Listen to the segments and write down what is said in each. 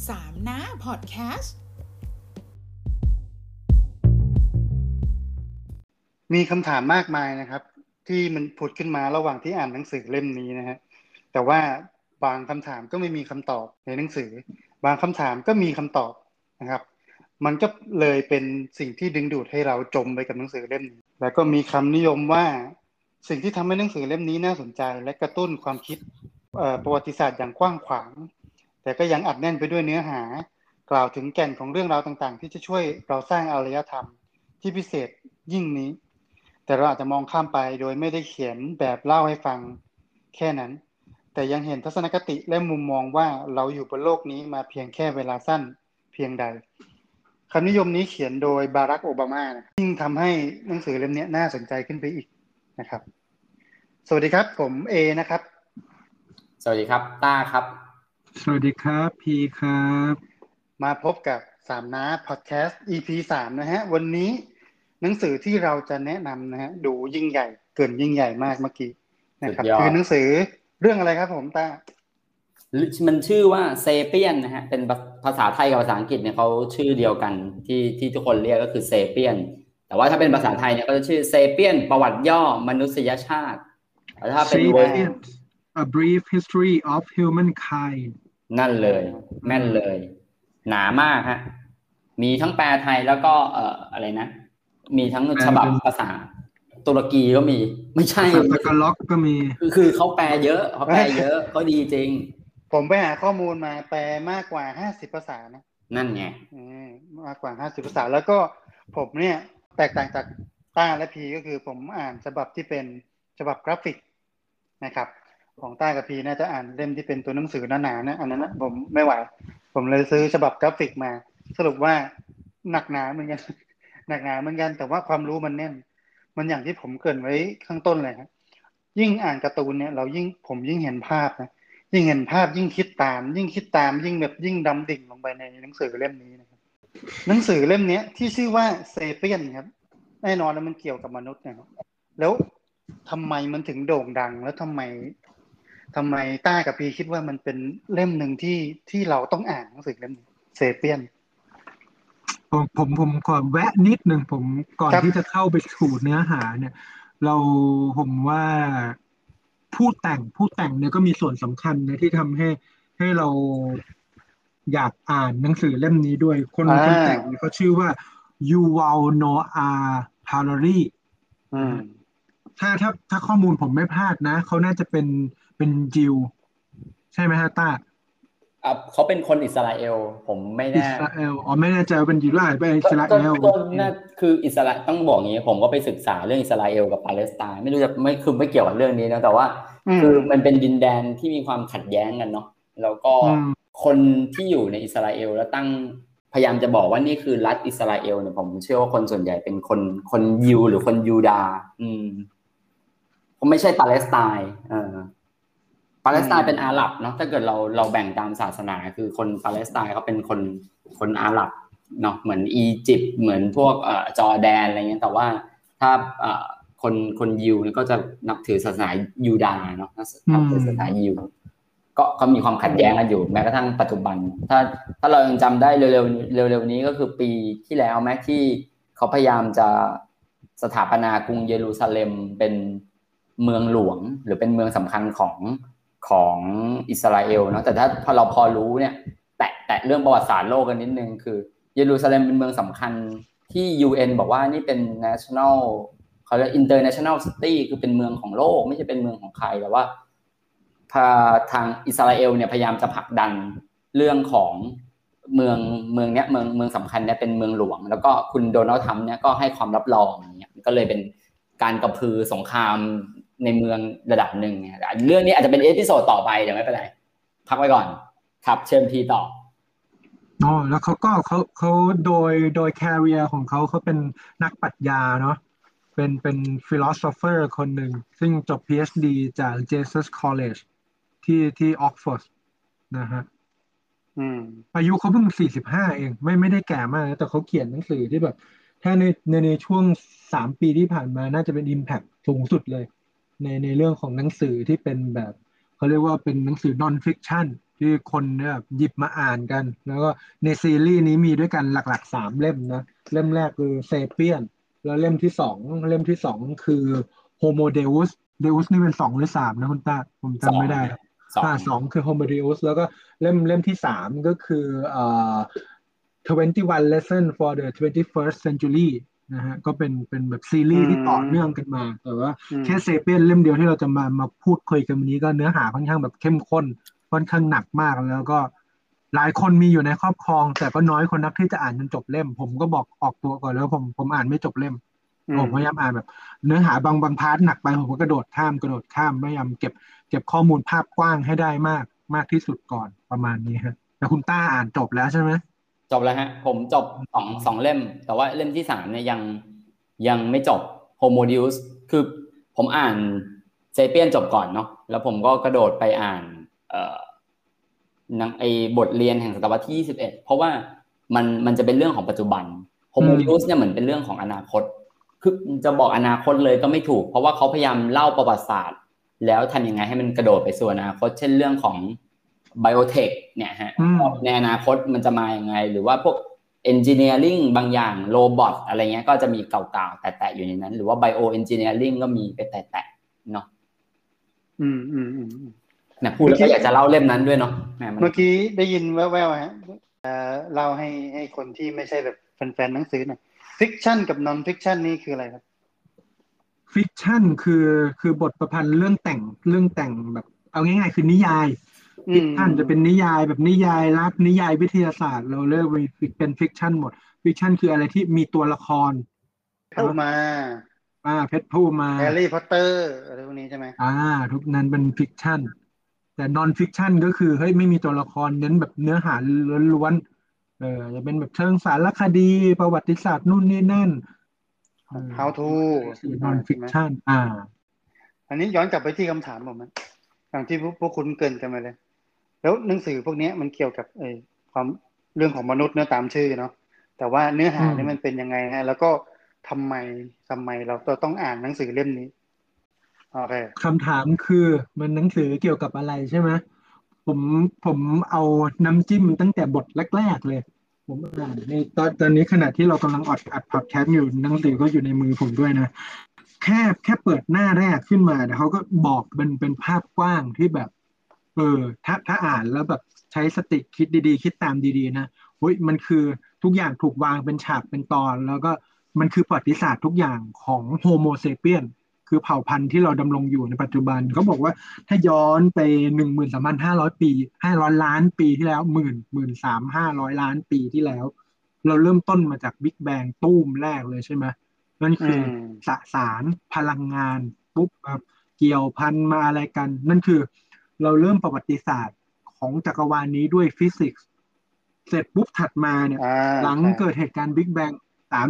3นะพอดแคสต์มีคำถามมากมายนะครับที่มันผุดขึ้นมาระหว่างที่อ่านหนังสือเล่มนี้นะฮะแต่ว่าบางคำถามก็ไม่มีคำตอบในหนังสือบางคำถามก็มีคำตอบนะครับมันก็เลยเป็นสิ่งที่ดึงดูดให้เราจมไปกับหนังสือเล่มนี้แล้วก็มีคำนิยมว่าสิ่งที่ทำให้หนังสือเล่มนี้น่าสนใจและกระตุ้นความคิดประวัติศาสตร์อย่างกว้างขวางแต่ก็ยังอัดแน่นไปด้วยเนื้อหากล่าวถึงแก่นของเรื่องราวต่างๆที่จะช่วยเราสร้างอารยธรรมที่พิเศษยิ่งนี้แต่เราอาจจะมองข้ามไปโดยไม่ได้เขียนแบบเล่าให้ฟังแค่นั้นแต่ยังเห็นทัศนคติและมุมมองว่าเราอยู่บนโลกนี้มาเพียงแค่เวลาสั้นเพียงใดคำนิยมนี้เขียนโดยบารักโอบามายิ่งทำให้หนังสือเล่มนี้น่าสนใจขึ้นไปอีกนะครับสวัสดีครับผมเอนะครับสวัสดีครับต้าครับสวัสดีครับพีครับมาพบกับ3น้าพอดแคสต์ EP 3นะฮะวันนี้หนังสือที่เราจะแนะนำนะฮะดูยิ่งใหญ่เกินยิ่งใหญ่มากเมื่อกี้นะครับคือหนังสือเรื่องอะไรครับผมต้ามันชื่อว่าเซเปียนนะฮะเป็นภาษาไทยกับภาษาอังกฤษเนี่ยเขาชื่อเดียวกันที่ทุกคนเรียกก็คือเซเปียนแต่ว่าถ้าเป็นภาษาไทยเนี่ยก็จะชื่อเซเปียนประวัติย่อมนุษยชาติถ้าเป็นเวอร์ชัน A Brief History of Humankind นั่นเลยแม่นเลยหนามากฮะมีทั้งแปลไทยแล้วก็อะไรนะมีทั้งฉบับภาษาตุรกีก็มีไม่ใช่ตะกล็อกก็มีคือเขาแปลเยอะเขาดีจริงผมไปหาข้อมูลมาแปลมากกว่า50ภาษานะนั่นไงมากกว่า50ภาษาแล้วก็ผมเนี่ยแตกต่างจากต้าและพีก็คือผมอ่านฉบับที่เป็นฉบับกราฟิกนะครับของต้ากับพีน่าจะอ่านเล่มที่เป็นตัวหนังสือหนาๆนะอันนั้นนะผมไม่ไหวผมเลยซื้อฉบับกราฟิกมาสรุปว่าหนักหนาเหมือนกันแต่ว่าความรู้มันแน่นมันอย่างที่ผมเกริ่นไว้ข้างต้นเลยครับยิ่งอ่านการ์ตูนเนี่ยผมยิ่งเห็นภาพนะยิ่งเห็นภาพยิ่งคิดตามยิ่งแบบยิ่งดำดิ่งลงไปในหนังสือเล่มนี้นะครับหนังสือเล่มนี้ที่ชื่อว่าเซเปียนครับแน่นอนแล้วมันเกี่ยวกับมนุษย์นะครับแล้วทำไมมันถึงโด่งดังแล้วทำไมต้ากับพีคิดว่ามันเป็นเล่มหนึ่งที่เราต้องอ่านหนังสือเล่มเซเปียนผมขอแวะนิดหนึ่งผมก่อนที่จะเข้าไปสู่เนื้อหาเนี่ยผมว่าผู้แต่งเนี่ยก็มีส่วนสำคัญนะที่ทำให้เราอยากอ่านหนังสือเล่มนี้ด้วยคนแต่งเขาชื่อว่ายูวัลโนอาห์ ฮารารีถ้าข้อมูลผมไม่พลาดนะเขาน่าจะเป็นยิวใช่ไหมฮะต้าเขาเป็นคนอิสราเอลผมไม่แน่อิสราเอลไม่แน่ใจว่าเป็นยิวหรือเป็นอิสราเอลน่าคืออิสราต้องบอกอย่างนี้ผมก็ไปศึกษาเรื่องอิสราเอลกับปาเลสไตน์ไม่รู้จะไม่เกี่ยวกับเรื่องนี้นะแต่ว่าคือมันเป็นดินแดนที่มีความขัดแย้งกันเนาะแล้วก็คนที่อยู่ในอิสราเอลแล้วพยายามจะบอกว่านี่คือรัฐอิสราเอลเนี่ยผมเชื่อว่าคนส่วนใหญ่เป็นคนยิวหรือคนยูดาห์ผมไม่ใช่ปาเลสไตน์ปาเลสไตน์เป็นอาหรับเนาะถ้าเกิดเราแบ่งตามศาสนาคือคนปาเลสไตน์เขาเป็นคนอาหรับเนาะเหมือนอียิปต์เหมือนพวกจอร์แดนอะไรเงี้ยแต่ว่าถ้าคนยิวนี่ก็จะนับถือศาสนายูดาห์เนาะนับถือศาสนายิวก็มีความขัดแย้งกันอยู่แม้กระทั่งปัจจุบันถ้าเรายังจำได้เร็วนี้ก็คือปีที่แล้วแม้ที่เขาพยายามจะสถาปนากรุงเยรูซาเล็มเป็นเมืองหลวงหรือเป็นเมืองสำคัญของอิสราเอลเนาะแต่ถ้าพอรู้เนี่ยแตะเรื่องประวัติศาสตร์โลกกันนิดนึงคือเยรูซาเล็มเป็นเมืองสำคัญที่ UN บอกว่านี่เป็น national เขาเรียก international city คือเป็นเมืองของโลกไม่ใช่เป็นเมืองของใครแต่ว่าทางอิสราเอลเนี่ยพยายามจะผลักดันเรื่องของเมืองเนี้ยเมืองสำคัญเนี่ยเป็นเมืองหลวงแล้วก็คุณโดนัลด์ทรัมป์เนี่ยก็ให้ความรับรองอย่างเงี้ยก็เลยเป็นการกระพือสงครามในเมืองระดับหนึ่งเนี่ยเรื่องนี้อาจจะเป็นเอพิโซดต่อไปเดี๋ยวไม่เป็นไรพักไว้ก่อนครับเชิญพีต่อแล้วเขาโดยแคริเอร์ของเขาเป็นนักปรัชญาเนาะเป็นฟิโลโซเฟอร์คนหนึ่งซึ่งจบ PhD จาก Jesus College ที่ออกฟอร์ดนะฮะอายุเขาเพิ่ง45เองไม่ได้แก่มากแต่เขาเขียนหนังสือที่แบบถ้าในช่วง3 ปีที่ผ่านมาน่าจะเป็น impact สูงสุดเลยในเรื่องของหนังสือที่เป็นแบบเขาเรียกว่าเป็นหนังสือ non fiction ที่คนเนี่ยหยิบมาอ่านกันแล้วก็ในซีรีส์นี้มีด้วยกันหลักๆ3 เล่มนะเล่มแรกคือเซเปียนแล้วเล่มที่สองคือโฮโมเดอุสนี่เป็น2 หรือ 3นะคุณตาผมสองจำไม่ได้สองคือโฮโมเดอุสแล้วก็เล่มที่ 3ก็คือ21 Lesson for the 21st Century นะฮะก็เป็นแบบซีรีส์ที่ต่อเนื่องกันมาแต่ว่าแค่เซเปียนเล่มเดียวที่เราจะมาพูดคุยกันวันนี้ก็เนื้อหาค่อนข้างแบบเข้มข้นค่อนข้างหนักมากแล้วก็หลายคนมีอยู่ในครอบครองแต่ก็น้อยคนนักที่จะอ่านจนจบเล่มผมก็บอกออกตัวก่อนแล้วผมอ่านไม่จบเล่มผมพยายามอ่านแบบเนื้อหาบางพาร์ทหนักไปผมก็กระโดดข้ามพยายามเก็บข้อมูลภาพกว้างให้ได้มากที่สุดก่อนประมาณนี้ฮะแต่คุณต้าอ่านจบแล้วใช่ไหมจบแล้วฮะผมจบสองเล่มแต่ว่าเล่มที่ 3เนี่ยยังไม่จบ Homo Deus คือผมอ่านเซเปียนจบก่อนเนาะแล้วผมก็กระโดดไปอ่านบทเรียนแห่งศตวรรษที่21เพราะว่ามันจะเป็นเรื่องของปัจจุบัน Homo Deus เนี่ยเหมือนเป็นเรื่องของอนาคตคือจะบอกอนาคตเลยก็ไม่ถูกเพราะว่าเขาพยายามเล่าประวัติศาสตร์แล้วทำยังไงให้มันกระโดดไปสู่อนาคตเช่นเรื่องของไบโอเทคเนี่ยฮะในอนาคตมันจะมายังไงหรือว่าพวก engineering บางอย่างโรบอทอะไรเงี้ยก็จะมีเก่าๆแตะๆอยู่ในนั้นหรือว่า bio engineering ก็มีไปแตะๆเนาะเนี่ยพูดแล้วก็อยากจะเล่าเล่มนั้นด้วยเนาะเมื่อกี้ได้ยินแว่วๆฮะเล่าให้คนที่ไม่ใช่แบบแฟนๆหนังสือหน่อยฟิกชันกับนอนฟิกชันนี่คืออะไรครับฟิกชันคือบทประพันธ์เรื่องแต่งแบบเอาง่ายๆคือนิยายฟิกชันจะเป็นนิยายแบบนิยายรักนิยายวิทยาศาสตร์เราเรียกว่าเป็นฟิกชันหมดฟิกชันคืออะไรที่มีตัวละครเข้ามาเพชรผู้มาแฮร์รี่พอตเตอร์อะไรพวกนี้ใช่ไหมทุกนั้นเป็นฟิกชันแต่นอนฟิกชันก็คือเฮ้ยไม่มีตัวละครเน้นแบบเนื้อหาล้วนๆจะเป็นแบบเชิงสารคดีประวัติศาสตร์นู่นนี่นั่น how to นอนฟิกชันอันนี้ย้อนกลับไปที่คำถามผมนะอย่างที่พวกคุณเกริ่นกันมาเลยแล้วหนังสือพวกนี้มันเกี่ยวกับความเรื่องของมนุษย์เนื้อตามชื่อเนาะแต่ว่าเนื้อหาเนี่ยมันเป็นยังไงฮะแล้วก็ทำไมเราต้องอ่านหนังสือเล่มนี้โอเคคำถามคือมันหนังสือเกี่ยวกับอะไรใช่ไหมผมผมเอาน้ำจิ้มตั้งแต่บทแรกๆเลยผมอ่านในตอนนี้ขณะที่เรากำลังอัดพอดแคสต์อยู่หนังสือก็อยู่ในมือผมด้วยนะแค่เปิดหน้าแรกขึ้นมาแต่เขาก็บอกเป็นภาพกว้างที่แบบถ้าอ่านแล้วแบบใช้สติคิดดีๆคิดตามดีๆนะเฮ้ยมันคือทุกอย่างถูกวางเป็นฉากเป็นตอนแล้วก็มันคือประวัติศาสตร์ทุกอย่างของโฮโมเซเปียนคือเผ่าพันธุ์ที่เราดำรงอยู่ในปัจจุบันเขาบอกว่าถ้าย้อนไป13,500 ปี500 ล้านปีที่แล้ว13,500 ล้านปีที่แล้วเราเริ่มต้นมาจากบิ๊กแบงตุ้มแรกเลยใช่ไหมนั่นคือสสารพลังงานปุ๊บเกี่ยวพันมาอะไรกันนั่นคือเราเริ่มประวัติศาสตร์ของจักรวาลนี้ด้วยฟิสิกส์เสร็จปุ๊บถัดมาเนี่ยหลังเกิดเหตุการณ์บิ๊กแบง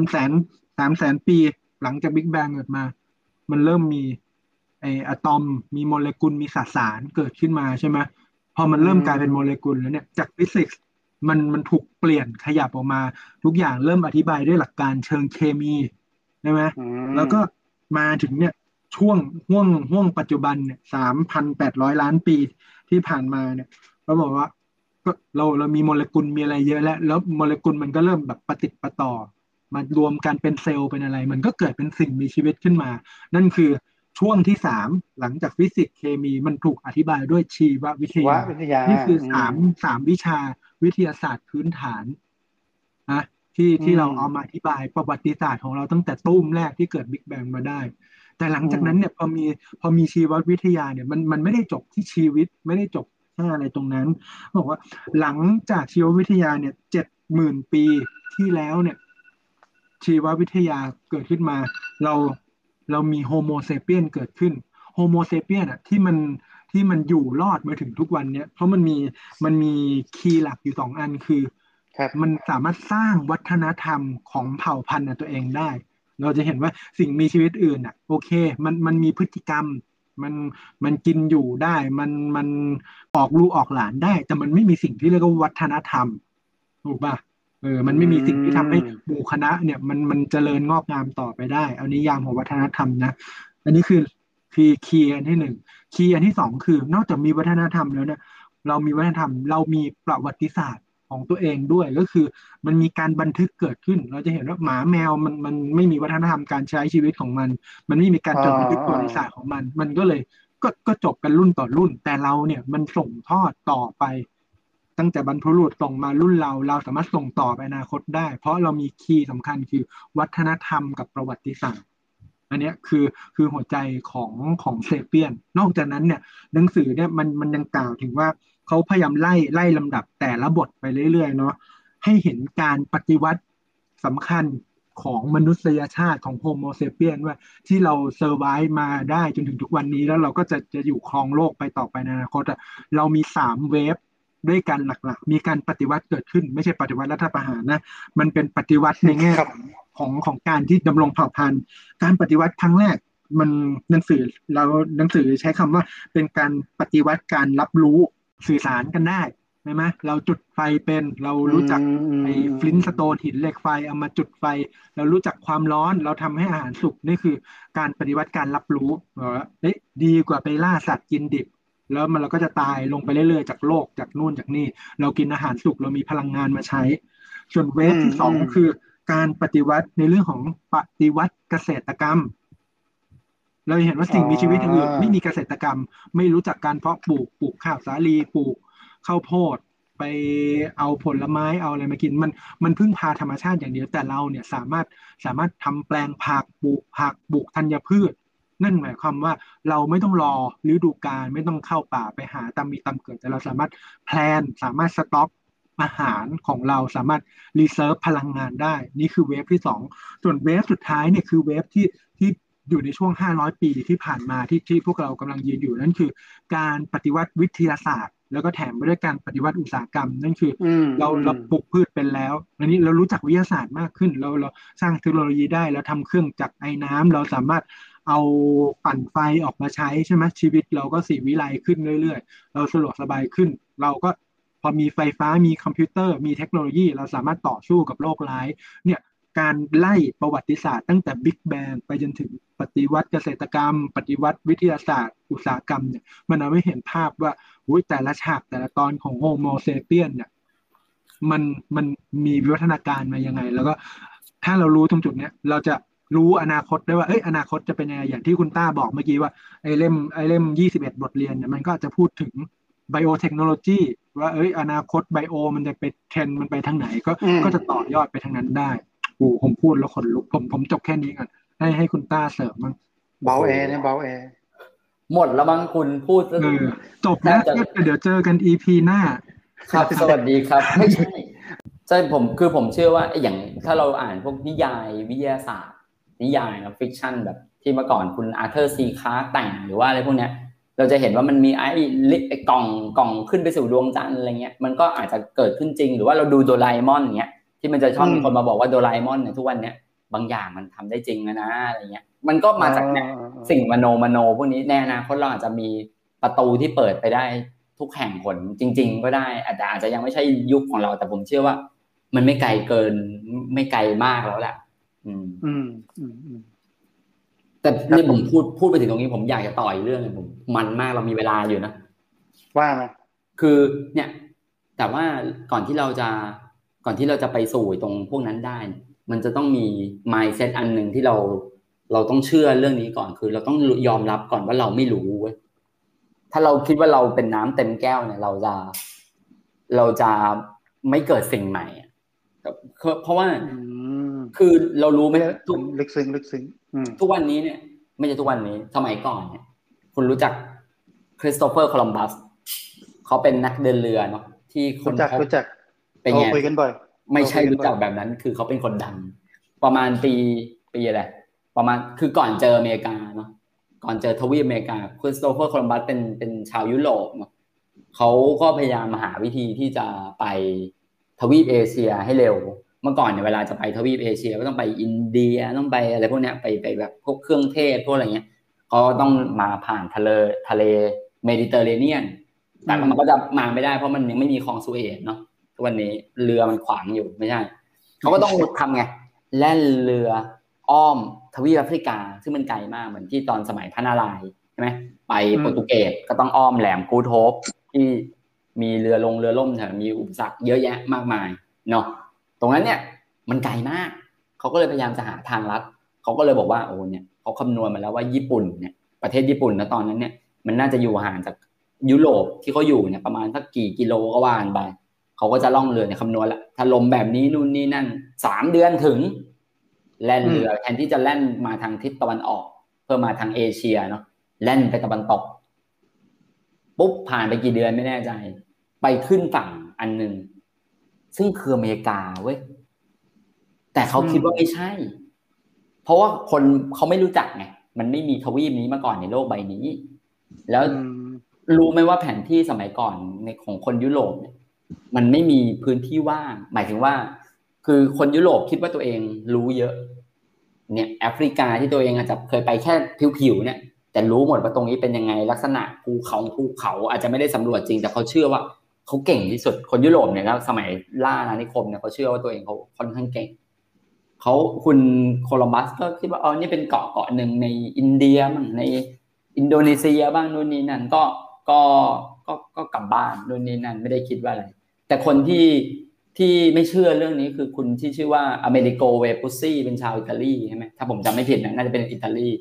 300,000 ปีหลังจากบิ๊กแบงเกิดมามันเริ่มมีอะตอมมีโมเลกุลมีสสารเกิดขึ้นมาใช่ไหมพอมันเริ่มกลายเป็นโมเลกุลแล้วเนี่ยจากฟิสิกส์มันถูกเปลี่ยนขยับออกมาทุกอย่างเริ่มอธิบายด้วยหลักการเชิงเคมีใช่ไหมแล้วก็มาถึงเนี่ยช่วงห่วงปัจจุบันเนี่ย3,800 ล้าน ปีที่ผ่านมาเนี่ยเราบอกว่าก็เรามีโมเลกุลมีอะไรเยอะแล้วโมเลกุลมันก็เริ่มแบบปฏิติดประต่อมารวมกันเป็นเซลล์เป็นอะไรมันก็เกิดเป็นสิ่งมีชีวิตขึ้นมานั่นคือช่วงที่3หลังจากฟิสิกส์เคมีมันถูกอธิบายด้วยชีววิทยานี่คือสามวิชาวิทยาศาสตร์พื้นฐานนะที่เราเอามาอธิบายประวัติศาสตร์ของเราตั้งแต่ตุ้มแรกที่เกิดบิ๊กแบงมาได้แต่หลังจากนั้นเนี่ยพอมีชีววิทยาเนี่ยมันไม่ได้จบที่ชีวิตไม่ได้จบแค่อะไรตรงนั้นบอกว่าหลังจากชีววิทยาเนี่ย70,000 ปีที่แล้วเนี่ยชีววิทยาเกิดขึ้นมาเรามีโฮโมเซเปียนเกิดขึ้นโฮโมเซเปียนอ่ะที่มันอยู่รอดมาถึงทุกวันเนี้ยเพราะมันมีคีย์หลักอยู่2 อันคือมันสามารถสร้างวัฒนธรรมของเผ่าพันธุ์ตัวเองได้เราจะเห็นว่าสิ่งมีชีวิตอื่นอ่ะโอเคมันมีพฤติกรรมมันกินอยู่ได้มันออกลูกออกหลานได้แต่มันไม่มีสิ่งที่เรียกว่าวัฒนธรรมถูกป่ะมันไม่มีสิ่งที่ทำให้หมู่คณะเนี่ยมันเจริญงอกงามต่อไปได้เอานิยามของวัฒนธรรมนะอันนี้คือคีย์อันที่1คีย์อันที่2คือนอกจากมีวัฒนธรรมแล้วเนี่ยเรามีวัฒนธรรมเรามีประวัติศาสตร์ของตัวเองด้วยก็คือมันมีการบันทึกเกิดขึ้นเราจะเห็นว่าหมาแมวมันไม่มีวัฒนธรรมการใช้ชีวิตของมันไม่มีการจดบันทึกประวัติศาสตร์ของมันก็เลยก็จบกันรุ่นต่อรุ่นแต่เราเนี่ยมันส่งทอดต่อไปตั้งแต่บรรพบุรุษส่งมารุ่นเราสามารถส่งต่อไปอนาคตได้เพราะเรามีคีย์สำคัญคือวัฒนธรรมกับประวัติศาสตร์อันนี้คือหัวใจของเซเปียนนอกจากนั้นเนี่ยหนังสือเนี่ยมันยังกล่าวถึงว่าเขาพยายามไล่ลำดับแต่ละบทไปเรื่อยๆเนาะให้เห็นการปฏิวัติสำคัญของมนุษยชาติของโฮโมเซเปียนว่าที่เราเซอร์ไวฟ์มาได้จนถึงทุกวันนี้แล้วเราก็จะอยู่ครองโลกไปต่อไปในอนาคตเรามี3 เวฟด้วยกันหลักๆมีการปฏิวัติเกิดขึ้นไม่ใช่ปฏิวัติรัฐประหารนะมันเป็นปฏิวัติในแง่ของการที่ดำรงเผ่าพันธุ์การปฏิวัติครั้งแรกมันหนังสือใช้คำว่าเป็นการปฏิวัติการรับรู้สื่อสารกันได้ใช่ไหมเราจุดไฟเป็นเรารู้จักไอ้ฟลินต์สโตนหินเหล็กไฟเอามาจุดไฟเรารู้จักความร้อนเราทำให้อาหารสุกนี่คือการปฏิวัติการรับรู้ว่าดีกว่าไปล่าสัตว์กินดิบแล้วเราก็จะตายลงไปเรื่อยๆจากโลกจากนู่นจากนี่เรากินอาหารสุกเรามีพลังงานมาใช้ส่วนเวฟที่2คือการปฏิวัติในเรื่องของปฏิวัติเกษตรกรรมเราเห็นว่าสิ่งมีชีวิตอื่นไม่มีเกษตรกรรมไม่รู้จักการเพาะปลูกข้าวสาลีปลูกข้าวโพดไปเอาผลไม้เอาอะไรมากินมันพึ่งพาธรรมชาติอย่างเดียวแต่เราเนี่ยสามารถทำแปลงผักปลูกธัญพืชนั่นหมายความว่าเราไม่ต้องรอฤดูกาลไม่ต้องเข้าป่าไปหาตามมีตามเกิดแต่เราสามารถแพลนสามารถสต็อกอาหารของเราสามารถรีเซิร์ฟพลังงานได้นี่คือเวฟที่2ส่วนเวฟสุดท้ายเนี่ยคือเวฟที่อยู่ในช่วง500 ปีที่ผ่านมาที่พวกเรากำลังยืนอยู่นั่นคือการปฏิวัติวิทยาศาสตร์แล้วก็แถมไปด้วยการปฏิวัติอุตสาหกรรมนั่นคือเราปลูกพืชเป็นแล้วอันนี้เรารู้จักวิทยาศาสตร์มากขึ้นเราสร้างเทคโนโลยีได้เราทำเครื่องจักรไอ้น้ำเราสามารถเอาปั่นไฟออกมาใช้ใช่ไหมชีวิตเราก็สีวิไลขึ้นเรื่อยๆเราสะดวกสบายขึ้นเราก็พอมีไฟฟ้ามีคอมพิวเตอร์มีเทคโนโลยีเราสามารถต่อสู้กับโลกร้ายเนี่ยการไล่ประวัติศาสตร์ตั้งแต่บิ๊กแบงไปจนถึงปฏิวัติเกษตรกรรมปฏิวัติวิทยาศาสตร์อุตสาหกรรมเนี่ยมันเอาให้เห็นภาพว่าแต่ละฉากแต่ละตอนของโฮโมเซเปียนเนี่ยมันมีวิวัฒนาการมายังไงแล้วก็ถ้าเรารู้ตรงจุดเนี้ยเราจะรู้อนาคตได้ว่าอนาคตจะเป็นยังไงอย่างที่คุณต้าบอกเมื่อกี้ว่าไอ้เล่ม21 บทเรียนเนี่ยมันก็จะพูดถึงไบโอเทคโนโลยีว่าอนาคตไบโอมันจะไปเทรนด์มันไปทางไหนก็จะต่อยอดไปทางนั้นได้ผมพูดแล้วขนลุกผมจบแค่นี้ก่อนให้คุณต้าเสริมมั้งเบาแอร์เนี่ยเบาแอร์หมดแล้วมั้งคุณพูดจบแล้วเดี๋ยวเจอกัน EP หน้าครับสวัสดีครับไม่ใช่ผมเชื่อว่าอย่างถ้าเราอ่านพวกนิยายวิทยาศาสตร์นิยายฟิกชันแบบที่เมื่อก่อนคุณอาร์เธอร์ซีคาร์แต่งหรือว่าอะไรพวกเนี้ยเราจะเห็นว่ามันมีไอ้กล่องขึ้นไปสู่ดวงจันทร์อะไรเงี้ยมันก็อาจจะเกิดขึ้นจริงหรือว่าเราดูโดราเอมอนเงี้ยที่มันจะชอบมีคนมาบอกว่าโดราเอมอนเนี่ยทุกวันเนี้ยบางอย่างมันทำได้จริงนะอะไรเงี้ยมันก็มาจากเนี่ยสิ่งมโนพวกนี้ในอนาคตเราอาจจะมีประตูที่เปิดไปได้ทุกแห่งหนจริงๆก็ได้อาจจะยังไม่ใช่ยุคของเราแต่ผมเชื่อว่ามันไม่ไกลเกินไม่ไกลมากแล้วแหละแต่นี่ผมพูดไปถึงตรงนี้ผมอยากจะต่ออีกเรื่องนึงผมมันมากเรามีเวลาอยู่นะว่าไงคือเนี่ยแต่ว่าก่อนที่เราจะไปสู่ตรงพวกนั้นได้มันจะต้องมี mindset อันนึงที่เราต้องเชื่อเรื่องนี้ก่อนคือเราต้องยอมรับก่อนว่าเราไม่รู้เว้ยถ้าเราคิดว่าเราเป็นน้ำเต็มแก้วเนี่ยเราจะไม่เกิดสิ่งใหม่เพราะว่าคือเรารู้ไหมลึกซึ้งทุกวันนี้เนี่ยไม่ใช่ทุกวันนี้สมัยก่อนเนี่ยคุณรู้จักคริสโตเฟอร์โคลัมบัสเขาเป็นนักเดินเรือเนาะที่คนรู้จักเป็นไงคุยกันบ่อยไม่ใช่รู้จักแบบนั้นคือเขาเป็นคนดังประมาณปีอะไรประมาณคือก่อนเจออเมริกาเนาะก่อนเจอทวีปอเมริกาคริสโตเฟอร์โคลัมบัสเป็นชาวยุโรปเนาะเขาก็พยายามหาวิธีที่จะไปทวีปเอเชียให้เร็วเมื่อก่อนเนี่ยเวลาจะไปทวีปเอเชียก็ต้องไปอินเดียต้องไปอะไรพวกเนี้ยไปแบบพวกเครื่องเทศพวกอะไรเงี้ยก็ต้องมาผ่านทะเลเมดิเตอร์เรเนียนแต่มันก็จะมาไม่ได้เพราะมันยังไม่มีคลองสุเอซเนาะทุกวันนี้เรือมันขวางอยู่ไม่ใช่เขาก็ต้องทำไงแล่นเรืออ้อมทวีปแอฟริกาซึ่งมันไกลมากเหมือนที่ตอนสมัยพระนารายณ์ใช่ไหมไปโปรตุเกสก็ต้องอ้อมแหลมกูดโฮปที่มีเรือล่มมีอุปสรรคเยอะแยะมากมายเนาะตรงนั้นเนี่ยมันไกลมากเขาก็เลยพยายามจะหาทางลัดเขาก็เลยบอกว่าโอ้เนี่ยเขาคำนวณมาแล้วว่าญี่ปุ่นเนี่ยประเทศญี่ปุ่นนะตอนนั้นเนี่ยมันน่าจะอยู่ห่างจากยุโรปที่เขาอยู่เนี่ยประมาณสักกี่กิโลก็ว่ากันไปเขาก็จะล่องเรือเนี่ยคำนวณละถ้าลมแบบนี้นู่นนี่นั่น3 เดือนถึงแล่นเรือแทนที่จะแล่นมาทางทิศตะวันออกเพื่อมาทางเอเชียเนาะแล่นไปตะวันตกปุ๊บผ่านไปกี่เดือนไม่แน่ใจไปขึ้นฝั่งอันนึงซึ่งคืออเมริกาเว้ยแต่เขาคิดว่าไม่ใช่เพราะว่าคนเขาไม่รู้จักไงมันไม่มีทวีปนี้มาก่อนในโลกใบนี้แล้วรู้ไหมว่าแผนที่สมัยก่อนในของคนยุโรปเนี่ยมันไม่มีพื้นที่ว่างหมายถึงว่าคือคนยุโรปคิดว่าตัวเองรู้เยอะเนี่ยแอฟริกาที่ตัวเองอาจจะเคยไปแค่ผิวๆเนี่ยแต่รู้หมดว่าตรงนี้เป็นยังไงลักษณะภูเขาอาจจะไม่ได้สำรวจจริงแต่เขาเชื่อว่าเขาเก่งที่สุดคนยุโรปเนี่ยแล้วสมัยล่าอาณานิคมเนี่ยเขาเชื่อว่าตัวเองเขาค่อนข้างเก่งเขาคุณโคลัมบัสก็คิดว่านี่เป็นเกาะหนึ่งในอินเดียบ้างในอินโดนีเซียบ้างนู่นนี่นั่นก็กลับบ้านนู่นนี่นั่นไม่ได้คิดว่าอะไรแต่คนที่ไม่เชื่อเรื่องนี้คือคุณที่ชื่อว่าอเมริโกเวปุสซี่เป็นชาวอิตาลีใช่ไหมถ้าผมจำไม่ผิดนะน่าจะเป็นอิตาลี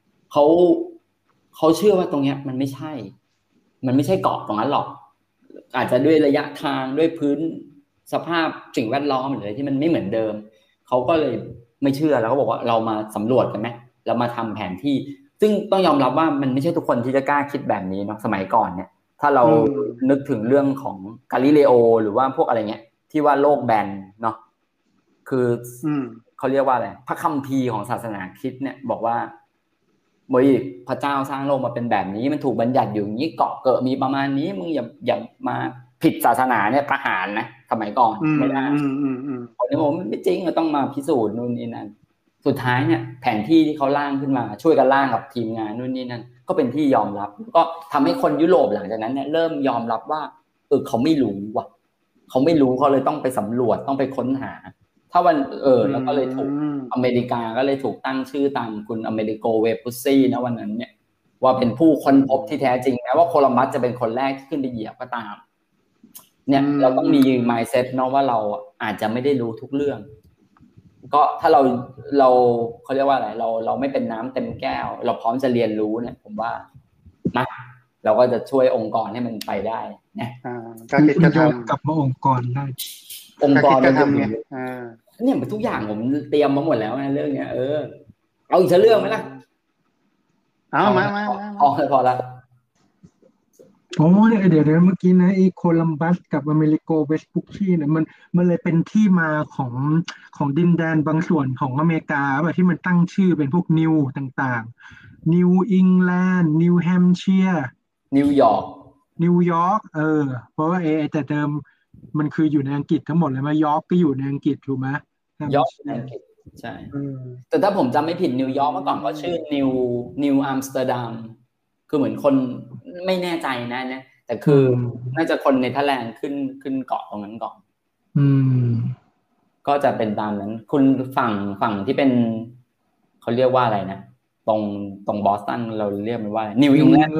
เขาเชื่อว่าตรงเนี้ยมันไม่ใช่เกาะตรงนั้นหรอกอาจจะด้วยระยะทางด้วยพื้นสภาพสิ่งแวดล้อมหรืออะไรที่มันไม่เหมือนเดิมเขาก็เลยไม่เชื่อแล้วก็บอกว่าเรามาสำรวจกันไหมเรามาทำแผนที่ซึ่งต้องยอมรับว่ามันไม่ใช่ทุกคนที่จะกล้าคิดแบบนี้เนาะสมัยก่อนเนี่ยถ้าเรานึกถึงเรื่องของกาลิเลโอหรือว่าพวกอะไรเงี้ยที่ว่าโลกแบนเนาะคือเขาเรียกว่าอะไรพระคัมภีร์ของศาสนาคริสต์เนี่ยบอกว่าพระเจ้าสร้างโลกมาเป็นแบบนี้มันถูกบัญญัติอยู่อย่างนี้เกาะเกิดมีประมาณนี้มึงอย่ามาผิดศาสนาเนี่ยประหารนะสมัยก่อนไม่ได้คนนี้บอกไม่จริงเราต้องมาพิสูจน์นู่นนี่นั่นสุดท้ายเนี่ยแผนที่ที่เขาร่างขึ้นมาช่วยกันร่างกับทีมงานนู่นนี่นั่นก็เป็นที่ยอมรับก็ทำให้คนยุโรปหลังจากนั้นเนี่ยเริ่มยอมรับว่าเขาไม่รู้ว่ะเขาไม่รู้เขาเลยต้องไปสำรวจต้องไปค้นหาถ้าวันแล้วก็เลยถูกอเมริกาก็เลยถูกตั้งชื่อตามคุณอเมริโกเวปุสซี่นะวันนั้นเนี่ยว่าเป็นผู้ค้นพบที่แท้จริงแม้ว่าโคลัมบัสจะเป็นคนแรกที่ขึ้นไปเหยียบก็ตามเนี่ยเราต้องมี mindset เนาะว่าเราอาจจะไม่ได้รู้ทุกเรื่องก็ถ้าเราเขาเรียกว่าอะไรเราไม่เป็นน้ำเต็มแก้วเราพร้อมจะเรียนรู้เนี่ยผมว่านะเราก็จะช่วยองค์กรให้มันไปได้นะการคิดการทำกลับมาองค์กรได้องค์กรมันทำเนี่ยทุกอย่างผมเตรียมมาหมดแล้วนะเรื่องเนี้ยเอาอีกสักเรื่องไหมล่ะเอามาพอละโอ้เนี่ยเดี๋ยวเมื่อกี้นะไอ้โคลัมบัสกับอเมริโกเวสปุกชี่เนี่ยมันเลยเป็นที่มาของดินแดนบางส่วนของอเมริกาแบบที่มันตั้งชื่อเป็นพวกนิวต่างๆนิวอิงแลนด์นิวแฮมป์เชียร์นิวยอร์กเพราะว่าแต่เดิมมันคืออยู่ในอังกฤษทั้งหมดเลยมายอร์กก็อยู่ในอังกฤษถูกไหมยอร์กในอังกฤษใช่แต่ถ้าผมจำไม่ผิดนิวยอร์กเมื่อก่อนก็ชื่อนิวอัมสเตอร์ดัมคือเหมือนคนไม่แน่ใจนะเนี่ยแต่คือน่าจะคนเนเธอร์แลนด์ขึ้นเกาะตรงนั้นก่อนก็จะเป็นตามนั้นคุณฝั่งที่เป็นเขาเรียกว่าอะไรนะตรงบอสตันเราเรียกมันว่านิวอิงแลนด์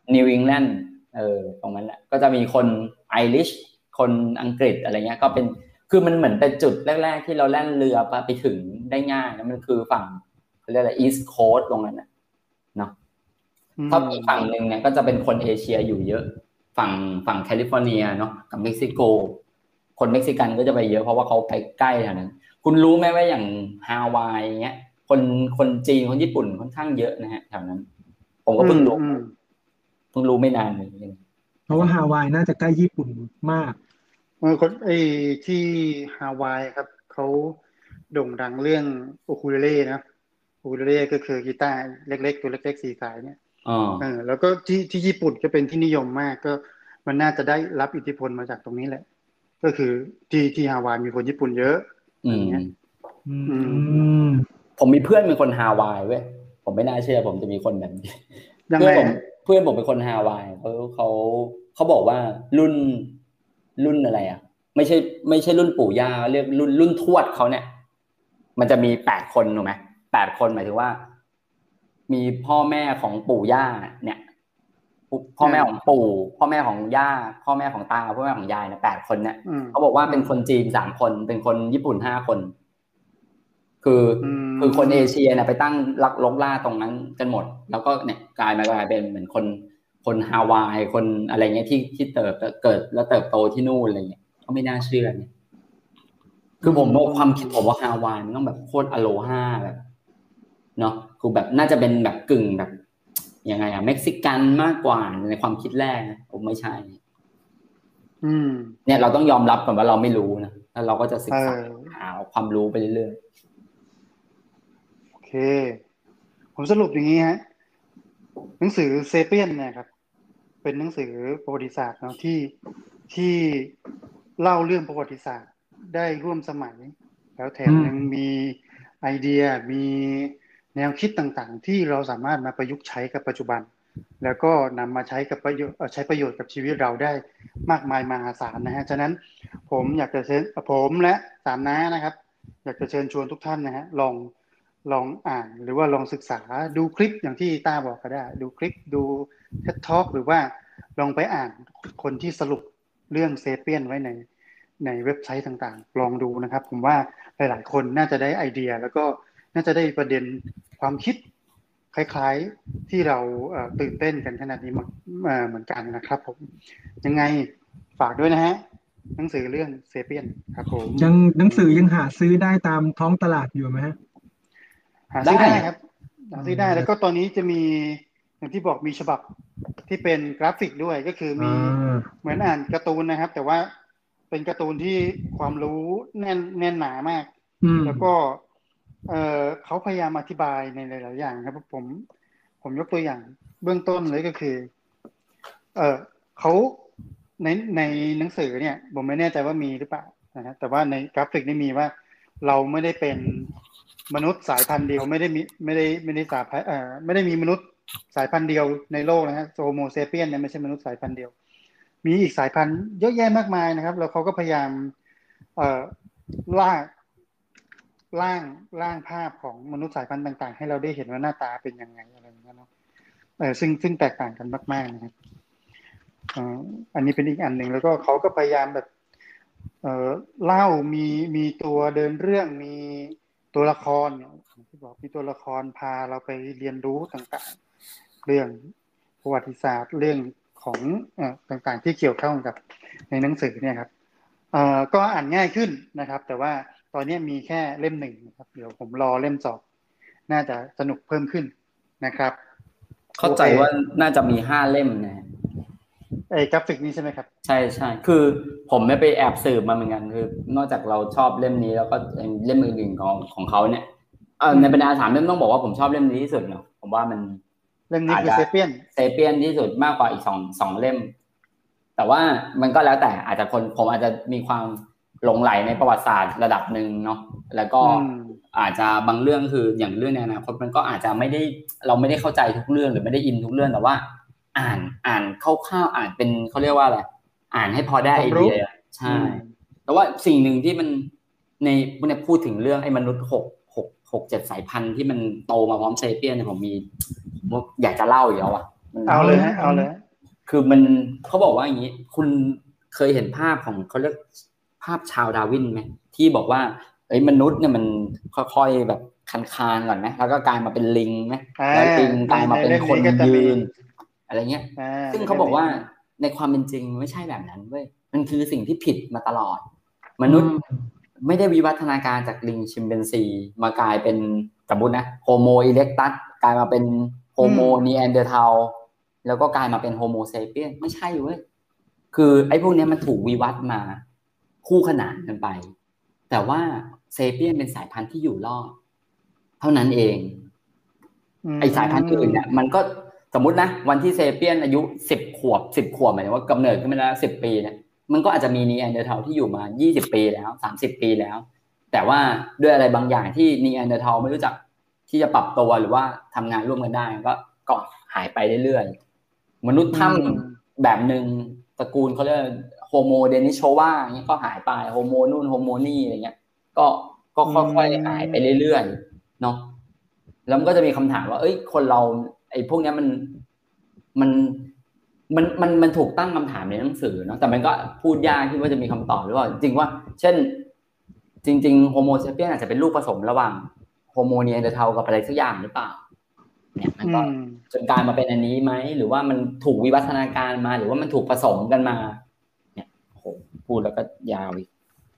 ตรงนั้นแหละก็จะมีคนไอริชคนอังกฤษอะไรเงี้ยก็เป็นคือมันเหมือนเป็นจุดแรกๆที่เราแล่นเรือไปถึงได้ง่ายนะมันคือฝั่งเขาเรียกอะไรอีสต์โคสต์ตรงนั้นเนาะถ้าอีกฝั่งนึงเนี่ยก็จะเป็นคนเอเชียอยู่เยอะฝั่งแคลิฟอร์เนียเนาะกับเม็กซิโกคนเม็กซิกันก็จะไปเยอะเพราะว่าเขาไปใกล้แถวนั้นคุณรู้ไหมว่าอย่างฮาวายเงี้ยคนจีนคนญี่ปุ่นค่อนข้างเยอะนะฮะแถวนั้นผมก็เพิ่งรู้ไม่นานเลยเพราะว่าฮาวายน่าจะใกล้ญี่ปุ่นมากคนที่ฮาวายครับเขาโด่งดังเรื่องโอคูเลเล่นะโอคูเลเล่ก็คือกีตาร์เล็กๆตัวเล็กๆ4 สายเนี่ยแล้วก็ที่ญี่ปุ่นก็เป็นที่นิยมมากก็มันน่าจะได้รับอิทธิพลมาจากตรงนี้แหละก็คือที่ฮาวายมีคนญี่ปุ่นเยอะอย่างเงี้ยผมมีเพื่อนเป็นคนฮาวายเว้ยผมไม่น่าเชื่อผมจะมีคนแบบนี้เพื่อนผมเป็นคนฮาวายเขาบอกว่ารุ่นอะไรอ่ะไม่ใช่รุ่นปู่ย่าเรียกรุ่นทวดเขาเนี่ยมันจะมี8 คนถูกไหม8 คนหมายถึงว่ามีพ่อแม่ของปู่ย่าเนี่ยพ่อแม่ของปู่พ่อแม่ของย่าพ่อแม่ของตาพ่อแม่ของยายเนี่ย8 คนเนี่ยเขาบอกว่าเป็นคนจีน3 คนเป็นคนญี่ปุ่น5 คนคือคนเอเชียเนี่ยไปตั้งลกล่าตรงนั้นกันหมดแล้วก็เนี่ยกลายเป็นเหมือนคนฮาวายคนอะไรเงี้ยที่เกิดแล้วเติบโตที่นู่นอะไรเงี้ยก็ไม่น่าเชื่อเนี่ยคือผมว่าความคิดผมว่าฮาวายมันต้องแบบโคตรอโลฮาแบบเนาะคือแบบน่าจะเป็นแบบกึ่งแบบยังไงเม็กซิกันมากกว่าในความคิดแรกนะผมไม่ใช่เนี่ยเราต้องยอมรับก่อนว่าเราไม่รู้นะแล้วเราก็จะศึกษาหาความรู้ไปเรื่อยๆโอเคผมสรุปอย่างนี้ฮะหนังสือเซเปียนเนี่ยครับเป็นหนังสือประวัติศาสตร์เนาะที่เล่าเรื่องประวัติศาสตร์ได้ร่วมสมัยแล้วแถมยังมีไอเดียมีแนวคิดต่างๆที่เราสามารถมาประยุกต์ใช้กับปัจจุบันแล้วก็นำมาใช้กับใช้ประโยชน์กับชีวิตเราได้มากมายมหาศาลนะฮะฉะนั้นผมอยากจะเชิญผมและ3 น้านะครับอยากจะเชิญชวนทุกท่านนะฮะลองอ่านหรือว่าลองศึกษาดูคลิปอย่างที่ต้าบอกก็ได้ดูคลิปดูTED Talk หรือว่าลองไปอ่านคนที่สรุปเรื่องเซเปียนไว้ในเว็บไซต์ต่างๆลองดูนะครับผมว่าหลายๆคนน่าจะได้ไอเดียแล้วก็น่าจะได้ประเด็นความคิดคล้ายๆที่เราตื่นเต้นกันขนาดนี้เหมือนกันนะครับผมยังไงฝากด้วยนะฮะหนังสือเรื่องเซเปียนครับผมหนังสือยังหาซื้อได้ตามท้องตลาดอยู่ไหมฮะหาซื้อได้ครับหาซื้อได้แล้วก็ตอนนี้จะมีอย่างที่บอกมีฉบับที่เป็นกราฟิกด้วยก็คือมีเหมือนอ่านการ์ตูนนะครับแต่ว่าเป็นการ์ตูนที่ความรู้แน่นหนามากแล้วก็เขาพยายามอธิบายในหลายๆอย่างครับผมยกตัวอย่างเบื้องต้นเลยก็คือเขาในหนังสือเนี่ยผมไม่แน่ใจว่ามีหรือเปล่านะแต่ว่าในกราฟิกนี่มีว่าเราไม่ได้เป็นมนุษย์สายพันธุ์เดียวไม่ได้มีมนุษย์สายพันธุ์เดียวในโลกนะฮะโฮโมเซเปียนเนี่ยไม่ใช่มนุษย์สายพันธุ์เดียวมีอีกสายพันธุ์เยอะแยะมากมายนะครับแล้วเขาก็พยายามร่างภาพของมนุษย์สายพันธุ์ต่างๆให้เราได้เห็นว่าหน้าตาเป็นยังไงอะไรอย่างเงี้ยเนาะซึ่งแตกต่างกันมากๆนะครับอันนี้เป็นอีกอันหนึ่งแล้วก็เขาก็พยายามแบบเล่ามีตัวเดินเรื่องมีตัวละครเนี่ยที่บอกมีตัวละครพาเราไปเรียนรู้ต่างๆเรื่องประวัติศาสตร์เรื่องของต่างๆที่เกี่ยวข้องกับในหนังสือเนี่ยครับก็อ่านง่ายขึ้นนะครับแต่ว่าตอนนี้มีแค่เล่ม1นะครับเดี๋ยวผมรอเล่ม2น่าจะสนุกเพิ่มขึ้นนะครับเข้าใจว่าน่าจะมี5 เล่มนะกราฟิกนี้ใช่ไหมครับใช่คือผมไม่ไปแอบสืบมาเหมือนกันคือนอกจากเราชอบเล่มนี้แล้วก็เล่มอื่นๆของเขาเนี่ยในบรรดา3 เล่มต้องบอกว่าผมชอบเล่มนี้ที่สุดเนาะผมว่ามันเล่มนี้คือเซเปียนที่สุดมากกว่าอีก2 เล่มแต่ว่ามันก็แล้วแต่อาจจะผมอาจจะมีความหลงไหลในประวัติศาสตร์ระดับหนึ่งเนาะแล้วก็อาจจะบางเรื่องคืออย่างเรื่องในอนาคตมันก็อาจจะเราไม่ได้เข้าใจทุกเรื่องหรือไม่ได้อินทุกเรื่องแต่ว่าอ่านคร่าวๆอ่านเป็นเขาเรียกว่าอะไรอ่านให้พอได้ไอเดียใช่แต่ว่าสิ่งหนึ่งที่มันในพูดถึงเรื่องไอ้มนุษย์6-7 สายพันธุ์ที่มันโตมาพร้อมเซเปียนเนี่ยผมอยากจะเล่าอยู่แล้วอ่ะเอาเลยคือเขาบอกว่าอย่างนี้คุณเคยเห็นภาพของเขาเรียกภาพชาวดาร์วินไหมที่บอกว่ามนุษย์เนี่ยมันค่อยๆแบบคานก่อนไหมแล้วก็กลายมาเป็นลิงไหมแล้วลิงกลายมาเป็นคนยืนอะไรเงี้ยซึ่งเขาบอกว่าในความเป็นจริงไม่ใช่แบบนั้นเว้ยมันคือสิ่งที่ผิดมาตลอดมนุษย์ไม่ได้วิวัฒนาการจากลิงชิมเปนซีมากลายเป็นสมมุตินะโฮโมอีเล็กตัสกลายมาเป็นโฮโมนีแอนเดอร์ทัลแล้วก็กลายมาเป็นโฮโมเซเปียนไม่ใช่เว้ยคือไอ้พวกนี้มันถูกวิวัฒน์มาคู่ขนานกันไปแต่ว่าเซเปียนเป็นสายพันธุ์ที่อยู่รอดเท่านั้นเองไอ้สายพันธุ์อื่นเนี่ยมันก็สมมุตินะวันที่เซเปียนอายุ10 ขวบหมายถึงว่ากำเนิดขึ้นมาแล้ว10 ปีเนี่ยมันก็อาจจะมีนีแอนเดอร์ทัลที่อยู่มา20 ปีแล้ว30 ปีแล้วแต่ว่าด้วยอะไรบางอย่างที่นีแอนเดอร์ทัลไม่รู้จักที่จะปรับตัวหรือว่าทำงานร่วมกันได้ก็หายไปเรื่อยๆมนุษย์ถ้ำแบบนึงตระกูลเขาเรียกโฮโมเดนิโชวาอย่างเงี้ยก็หายไปโฮโมนู่นโฮโมนี่อะไรเงี้ยก็ค่อยๆหายไปเรื่อยๆเนาะแล้วมันก็จะมีคำถามว่าคนเราไอ้พวกนี้มันมันถูกตั้งคำถามในหนังสือเนาะแต่มันก็พูดยากที่ว่าจะมีคำตอบหรือเปล่าจริงว่าเช่นจริงๆโฮโมเซเปียนอาจจะเป็นลูกผสมระหว่างโฮโมเนียนเดอร์เทลกับอะไรสักอย่างหรือเปล่าเนี่ยมันก็จนกลายมาเป็นอันนี้ไหมหรือว่ามันถูกวิวัฒนาการมาหรือว่ามันถูกผสมกันมาเนี่ยโหพูดแล้วก็ยาวอีก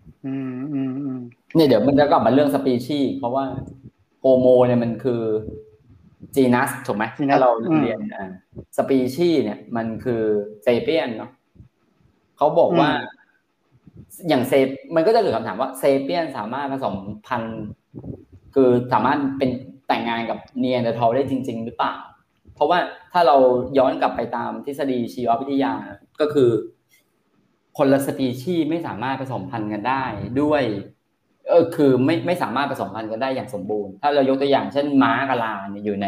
เนี่ยเดี๋ยวมันจะกลับมาเรื่องสปีชีส์เพราะว่าโฮโมเนี่ยมันคือจีนัสถูกไหมถ้าเราเรียนสปีชีส์เนี่ยมันคือเซเปียนเนาะเขาบอกว่าอย่างมันก็จะเกิดคำถามว่าเซเปียนสามารถผสมพันธุ์คือสามารถเป็นแต่งงานกับเนียนเดอร์ทัลได้จริงๆหรือเปล่าเพราะว่าถ้าเราย้อนกลับไปตามทฤษฎีชีววิทยาก็คือคนละสปีชีส์ไม่สามารถผสมพันธุ์กันได้ด้วยคือไม่สามารถผสมพันธุ์กันได้อย่างสมบูรณ์ถ้าเรายกตัวอย่างเช่นม้ากับลาเนี่ยอยู่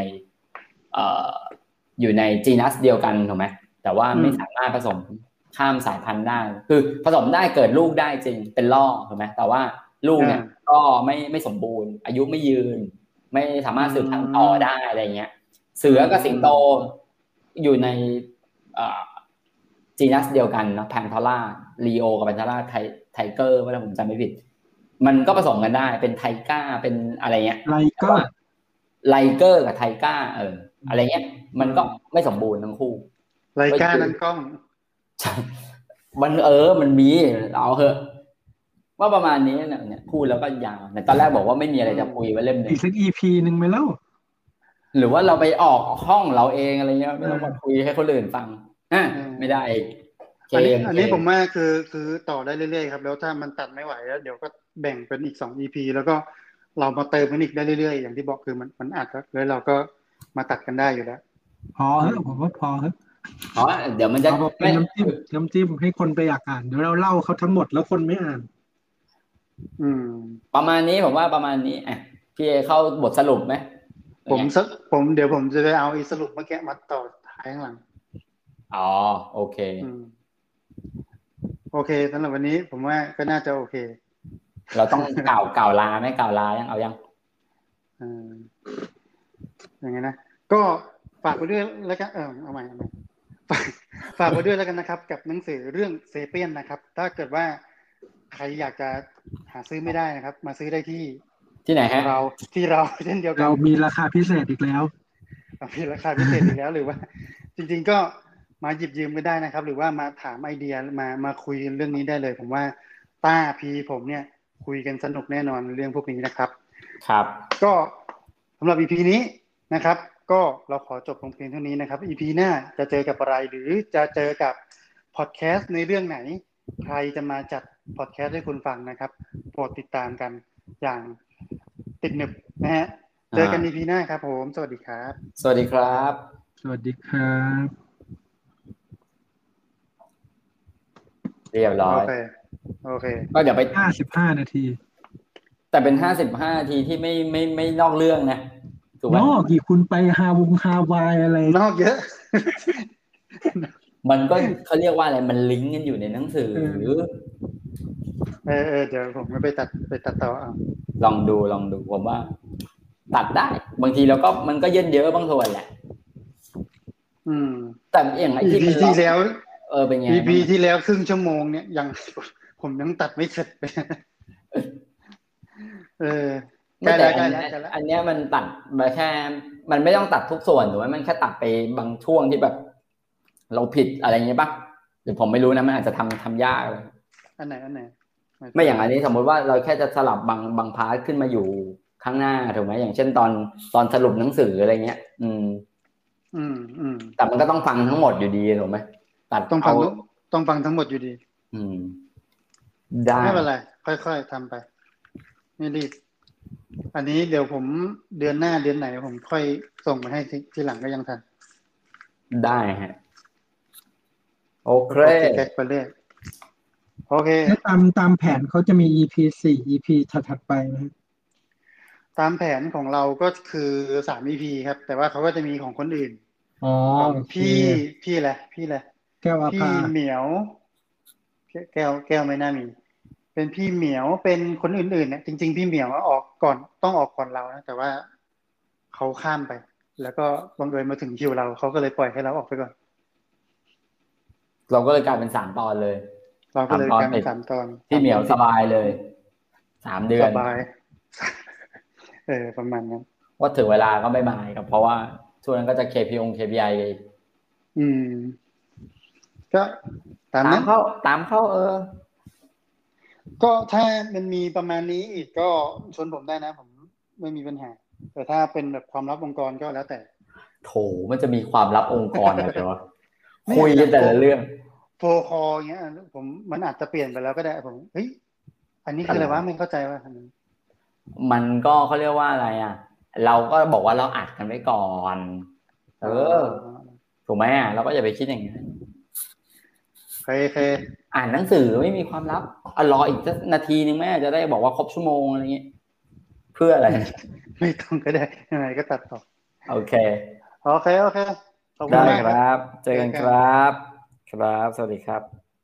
ในจีนัสเดียวกันถูกไหมแต่ว่าไม่สามารถผสมข้ามสายพันธุ์ได้คือผสมได้เกิดลูกได้จริงเป็นล่อถูกไหมแต่ว่าลูกเนี่ยก็ไม่สมบูรณ์อายุไม่ยืนไม่สามารถสืบพันธุ์ต่อได้อะไรเงี้ยเสือกับสิงโตอยู่ในจีนัสเดียวกันนะแพนทาร่าลีโอกับแพนทาร่าไทเกอร์ถ้าผมจำไม่ผิดมันก็ผสมกันได้เป็นไทก้าเป็นอะไรเงี้ยไลเกอร์กับไทก้าอะไรเงี้ยมันก็ไม่สมบูรณ์ทั้งคู่ไลก้านั่นกล้องมันมันมีเอาเหอะว่าประมาณนี้เนี่ยพูดแล้วก็ยาวแต่ตอนแรกบอกว่าไม่มีอะไรจะคุยไว้เล่มนึงอีกสัก EP นึงไหมเล่าหรือว่าเราไปออกห้องเราเองอะไรเงี้ยไม่ต้องมาคุยให้คนอื่นฟังไม่ได้อันนี้ผมว่าคือต่อได้เรื่อยๆครับแล้วถ้ามันตัดไม่ไหวแล้วเดี๋ยวก็แบ่งเป็นอีก2 EP แล้วก็เรามาเติมมันอีกได้เรื่อยๆอย่างที่บอกคือมันอัดแล้วเราก็มาตัดกันได้อยู่แล้วพอเหรอผมว่าพอเหรอเดี๋ยวมันจะเป็นน้ำจิ้มให้คนไปอยากอ่านเดี๋ยวเราเล่าเขาทั้งหมดแล้วคนไม่อ่านประมาณนี้ผมว่าประมาณนี้พี่เข้าบทสรุปไหมผมเดี๋ยวผมจะไปเอาอีสรุปเมื่อกี้มาต่อท้ายข้างหลังโอเคโอเคสำหรับวันนี้ผมว่าก็น่าจะโอเคเราต้องกล่าวลาไหมกล่าวลายังเอายังอย่างไงนะก็ฝากไว้ด้วยแล้วกันเอาใหม่ฝากไว้ด้วยแล้วกันนะครับกับหนังสือเรื่องเซเปียนนะครับถ้าเกิดว่าใครอยากจะหาซื้อไม่ได้นะครับมาซื้อได้ที่ไหนฮะเราเช่นเดียวกันเรามีราคาพิเศษอีกแล้วมีราคาพิเศษอีกแล้วหรือว่าจริงๆก็มาหยิบยืมก็ได้นะครับหรือว่ามาถามไอเดียมาคุยเรื่องนี้ได้เลยผมว่าต้าพีผมเนี่ยคุยกันสนุกแน่นอนเรื่องพวกนี้นะครับครับก็สำหรับ EP นี้นะครับก็เราขอจบลงเพียงเท่านี้นะครับ EP หน้าจะเจอกับอะไรหรือจะเจอกับพอดแคสต์ในเรื่องไหนใครจะมาจัดพอดแคสต์ให้คุณฟังนะครับโปรดติดตามกันอย่างติดหนึบนะฮะเจอกัน EP หน้าครับผมสวัสดีครับสวัสดีครับสวัสดีครับเรียบร้อยโอเคก็เดี๋ยวไป 55 นาทีแต่เป็น55 นาทีที่ไม่นอกเรื่องนะถูกมั้ยนอกกี่คุณไปฮาวายอะไรนอกเยอะมันก็เขาเรียกว่าอะไรมันลิงก์กันอยู่ในหนังสือเดี๋ยวผมไปตัดต่อเอาลองดูผมว่าตัดได้บางทีเราก็มันก็เยอะบางส่วนแหละแต่อย่างไอ้ที่แล้วเป็นไง EP ที่แล้วครึ่งชั่วโมงเนี่ยยังผมยังตัดไม่เสร็จเลยแต่อันเนี้ยมันตัดมาแค่มันไม่ต้องตัดทุกส่วนถูกไหมมันแค่ตัดไปบางช่วงที่แบบเราผิดอะไรเงี้ยป่ะหรือผมไม่รู้นะมันอาจจะทำยากเลยอันไหนไม่อย่างอันนี้สมมติว่าเราแค่จะสลับบางพาร์ทขึ้นมาอยู่ข้างหน้าถูกไหมอย่างเช่นตอนสรุปหนังสืออะไรเงี้ยแต่มันก็ต้องฟังทั้งหมดอยู่ดีถูกไหมตัดต้องฟังทั้งหมดอยู่ดีได้ไม่เป็นไรค่อยๆทำไปไม่รีบอันนี้เดี๋ยวผมเดือนหน้าเดือนไหนผมค่อยส่งมาให้ทีหลังก็ยังทันได้ฮะโอเคแก๊กไปเรื่อยโอเคแล้วตามแผนเขาจะมี EP 4 EP ถัดไปไหมตามแผนของเราก็คือ3 EP ครับแต่ว่าเขาก็จะมีของคนอื่นพี่อะไรแก้วพี่เหมียวแก้วไม่น่ามีเป็นพี่เหมียวเป็นคนอื่นๆเนี่ยจริงๆพี่เหมียวออกก่อนต้องออกก่อนเรานะแต่ว่าเขาข้ามไปแล้วก็บังเอิญมาถึงคิวเราเขาก็เลยปล่อยให้เราออกไปก่อนเราก็เลยกลายเป็น3 ตอนเลยเราก็เลยกลายเป็น3 ตอนที่เหมียวสบายเลย3 เดือนสบายประมาณนั้นว่าถึงเวลาก็ไม่มาครับเพราะว่าช่วงนั้นก็จะ KPI ก็ตามเข้าก็ถ้ามันมีประมาณนี้อีกก็ชวนผมได้นะผมไม่มีปัญหาแต่ถ้าเป็นแบบความลับองค์กรก็แล้วแต่โถมันจะมีความลับองค์กรอะไรวะคุยกันแต่ละเรื่องโฟคอเงี้ยผมมันอาจจะเปลี่ยนไปแล้วก็ได้ผมเฮ้ยอันนี้คืออะไรวะไม่เข้าใจว่ามันก็เขาเรียกว่าอะไรอ่ะเราก็บอกว่าเราอัดกันไว้ก่อนถูกไหมเราก็อย่าไปคิดอย่างนั้นเคยอ่านหนังสือไม่มีความลับรออีกสักนาทีนึงแม่จะได้บอกว่าครบชั่วโมงอะไรเงี้ยเพื่ออะไรไม่ต้องก็ได้ยังไงก็ตัดต่อโอเคได้ครับเจอกันครับสวัสดีครับ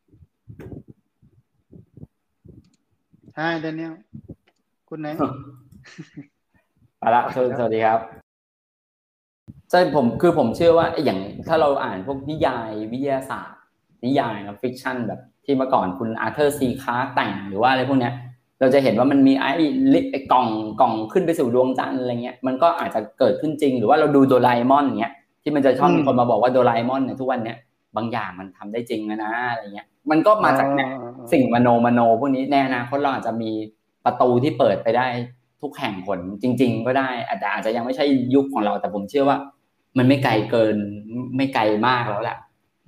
Hi Daniel Good night ไปละสวัสดีครับใช่ผมเชื่อว่าอย่างถ้าเราอ่านพวกนิยายวิทยาศาสตร์นิยายนะฟิกชันแบบที่เมื่อก่อนคุณอาร์เธอร์ซีคลาร์กแต่งหรือว่าอะไรพวกเนี้ยเราจะเห็นว่ามันมีไอ้กล่องขึ้นไปสู่ดวงจันทร์อะไรเงี้ยมันก็อาจจะเกิดขึ้นจริงหรือว่าเราดูโดราเอมอนเงี้ยที่มันจะชอบมีคนมาบอกว่าโดราเอมอนเนี่ยทุกวันเนี้ยบางอย่างมันทำได้จริงนะอะไรเงี้ยมันก็มาจากเนี่ยสิ่งมโนพวกนี้แน่นะเพราะเราอาจจะมีประตูที่เปิดไปได้ทุกแห่งหนจริงๆก็ได้แต่อาจจะยังไม่ใช่ยุคของเราแต่ผมเชื่อว่ามันไม่ไกลเกินไม่ไกลมากแล้วแหละ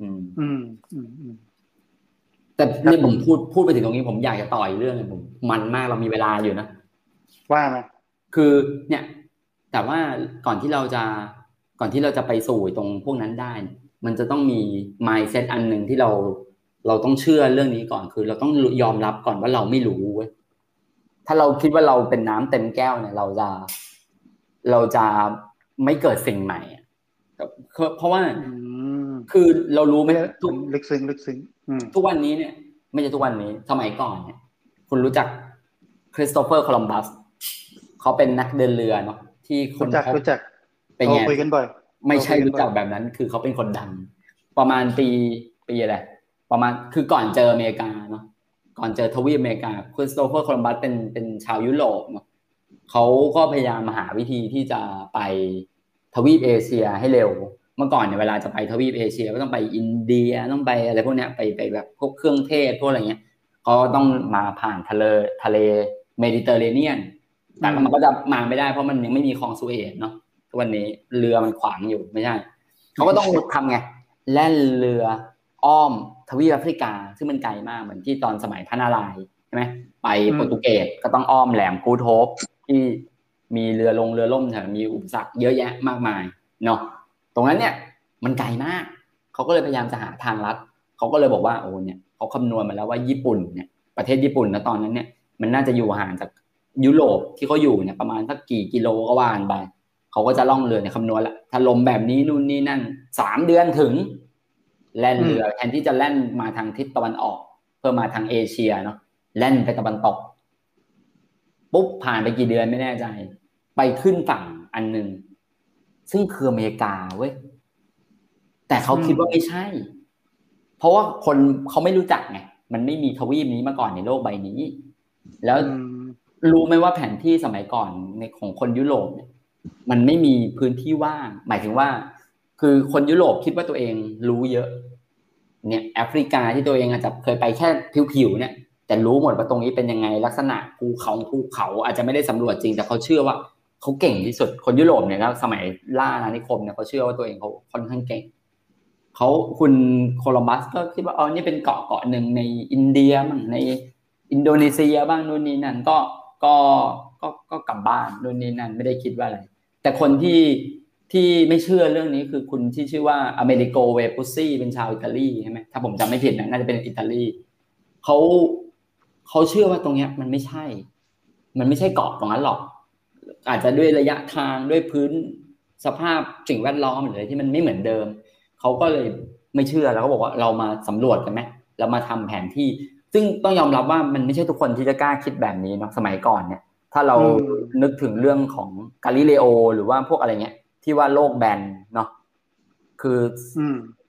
แต่นี่ผมพูดไปถึงตรงนี้ผมอยากจะต่ออีกเรื่องนึงผมมันมากเรามีเวลาอยู่นะว่ามาคือเนี่ยแต่ว่าก่อนที่เราจะไปสู่ตรงพวกนั้นได้มันจะต้องมี mindset อันนึงที่เราต้องเชื่อเรื่องนี้ก่อนคือเราต้องยอมรับก่อนว่าเราไม่รู้เว้ยถ้าเราคิดว่าเราเป็นน้ำเต็มแก้วเนี่ยเราจะไม่เกิดสิ่งใหม่เพราะว่าคือเรารู้ไหมลึกซึ้งทุกวันนี้เนี่ยไม่ใช่ทุกวันนี้สมัยก่อนเนี่ยคุณรู้จักคริสโตเฟอร์โคลัมบัสเขาเป็นนักเดินเรือเนาะที่คนรู้จักเป็นไงคุยกันบ่อยไม่ใช่รู้จักแบบนั้นคือเขาเป็นคนดังประมาณปีอะไรประมาณคือก่อนเจออเมริกาเนาะก่อนเจอทวีปอเมริกาคริสโตเฟอร์โคลัมบัสเป็นชาวยุโรปเนาะเขาก็พยายามหาวิธีที่จะไปทวีปเอเชียให้เร็วเมื่อก่อนเนี่ยเวลาจะไปทวีปเอเชียก็ต้องไปอินเดียต้องไปอะไรพวกเนี้ยไปแบบพวกเครื่องเทศพวกอะไรเงี้ยก็ต้องมาผ่านทะเลเมดิเตอร์เรเนียนแต่มันก็จะมาไม่ได้เพราะมันยังไม่มีคลองสุเอซเนาะทุกวันนี้เรือมันขวางอยู่ไม่ใช่เขาก็ต้องทำไงแล่นเรืออ้อมทวีปแอฟริกาซึ่งมันไกลมากเหมือนที่ตอนสมัยพระนารายณ์ใช่ไหมไปโปรตุเกสก็ต้องอ้อมแหลมกูดโฮปที่มีเรือล่มแถมมีอุปสรรคเยอะแยะมากมายเนาะตรงนั้นเนี่ยมันไกลมากเขาก็เลยพยายามจะหาทางลัดเขาก็เลยบอกว่าโอ้เนี่ยเขาคำนวณมาแล้วว่าญี่ปุ่นเนี่ยประเทศญี่ปุ่นนะตอนนั้นเนี่ยมันน่าจะอยู่ห่างจากยุโรปที่เขาอยู่เนี่ยประมาณสักกี่กิโลก็ว่ากันไปเขาก็จะล่องเรือเนี่ยคำนวณละถ้าลมแบบนี้นู่นนี่นั่น3 เดือนถึงแล่นเรือแทนที่จะแล่นมาทางทิศตะวันออกเพื่อมาทางเอเชียเนาะแล่นไปตะวันตกปุ๊บผ่านไปกี่เดือนไม่แน่ใจไปขึ้นฝั่งอันนึงซึ่งคืออเมริกาเว้ยแต่เขาคิดว่าไม่ใช่เพราะว่าคนเขาไม่รู้จักไงมันไม่มีทวีปนี้มาก่อนในโลกใบนี้แล้วรู้ไหมว่าแผนที่สมัยก่อนในของคนยุโรปเนี่ยมันไม่มีพื้นที่ว่างหมายถึงว่าคือคนยุโรปคิดว่าตัวเองรู้เยอะเนี่ยแอฟริกาที่ตัวเองอาจจะเคยไปแค่ผิวๆเนี่ยแต่รู้หมดว่าตรงนี้เป็นยังไงลักษณะภูเขาอาจจะไม่ได้สำรวจจริงแต่เขาเชื่อว่าเขาเก่งที่สุดคนยุโรปเนี่ยแล้วสมัยล่าอาณานิคมเนี่ยเขาเชื่อว่าตัวเองเขาค่อนข้างเก่งคุณโคลัมบัสก็คิดว่านี่เป็นเกาะหนึ่งในอินเดียบ้างในอินโดนีเซียบ้างนู่นนี่นั่นก็กลับบ้านนู่นนี่นั่นไม่ได้คิดว่าอะไรแต่คนที่ไม่เชื่อเรื่องนี้คือคุณที่ชื่อว่าอเมริโกเวปุสซี่เป็นชาวอิตาลีใช่ไหมถ้าผมจำไม่ผิดนะน่าจะเป็นอิตาลีเขาเชื่อว่าตรงนี้มันไม่ใช่เกาะตรงนั้นหรอกอาจจะด้วยระยะทางด้วยพื้นสภาพสิ่งแวดล้อมหรืออะไรที่มันไม่เหมือนเดิมเขาก็เลยไม่เชื่อแล้วก็บอกว่าเรามาสำรวจกันไหมเรามาทำแผนที่ซึ่งต้องยอมรับว่ามันไม่ใช่ทุกคนที่จะกล้าคิดแบบนี้เนาะสมัยก่อนเนี่ยถ้าเรานึกถึงเรื่องของกาลิเลโอหรือว่าพวกอะไรเงี้ยที่ว่าโลกแบนเนาะคือ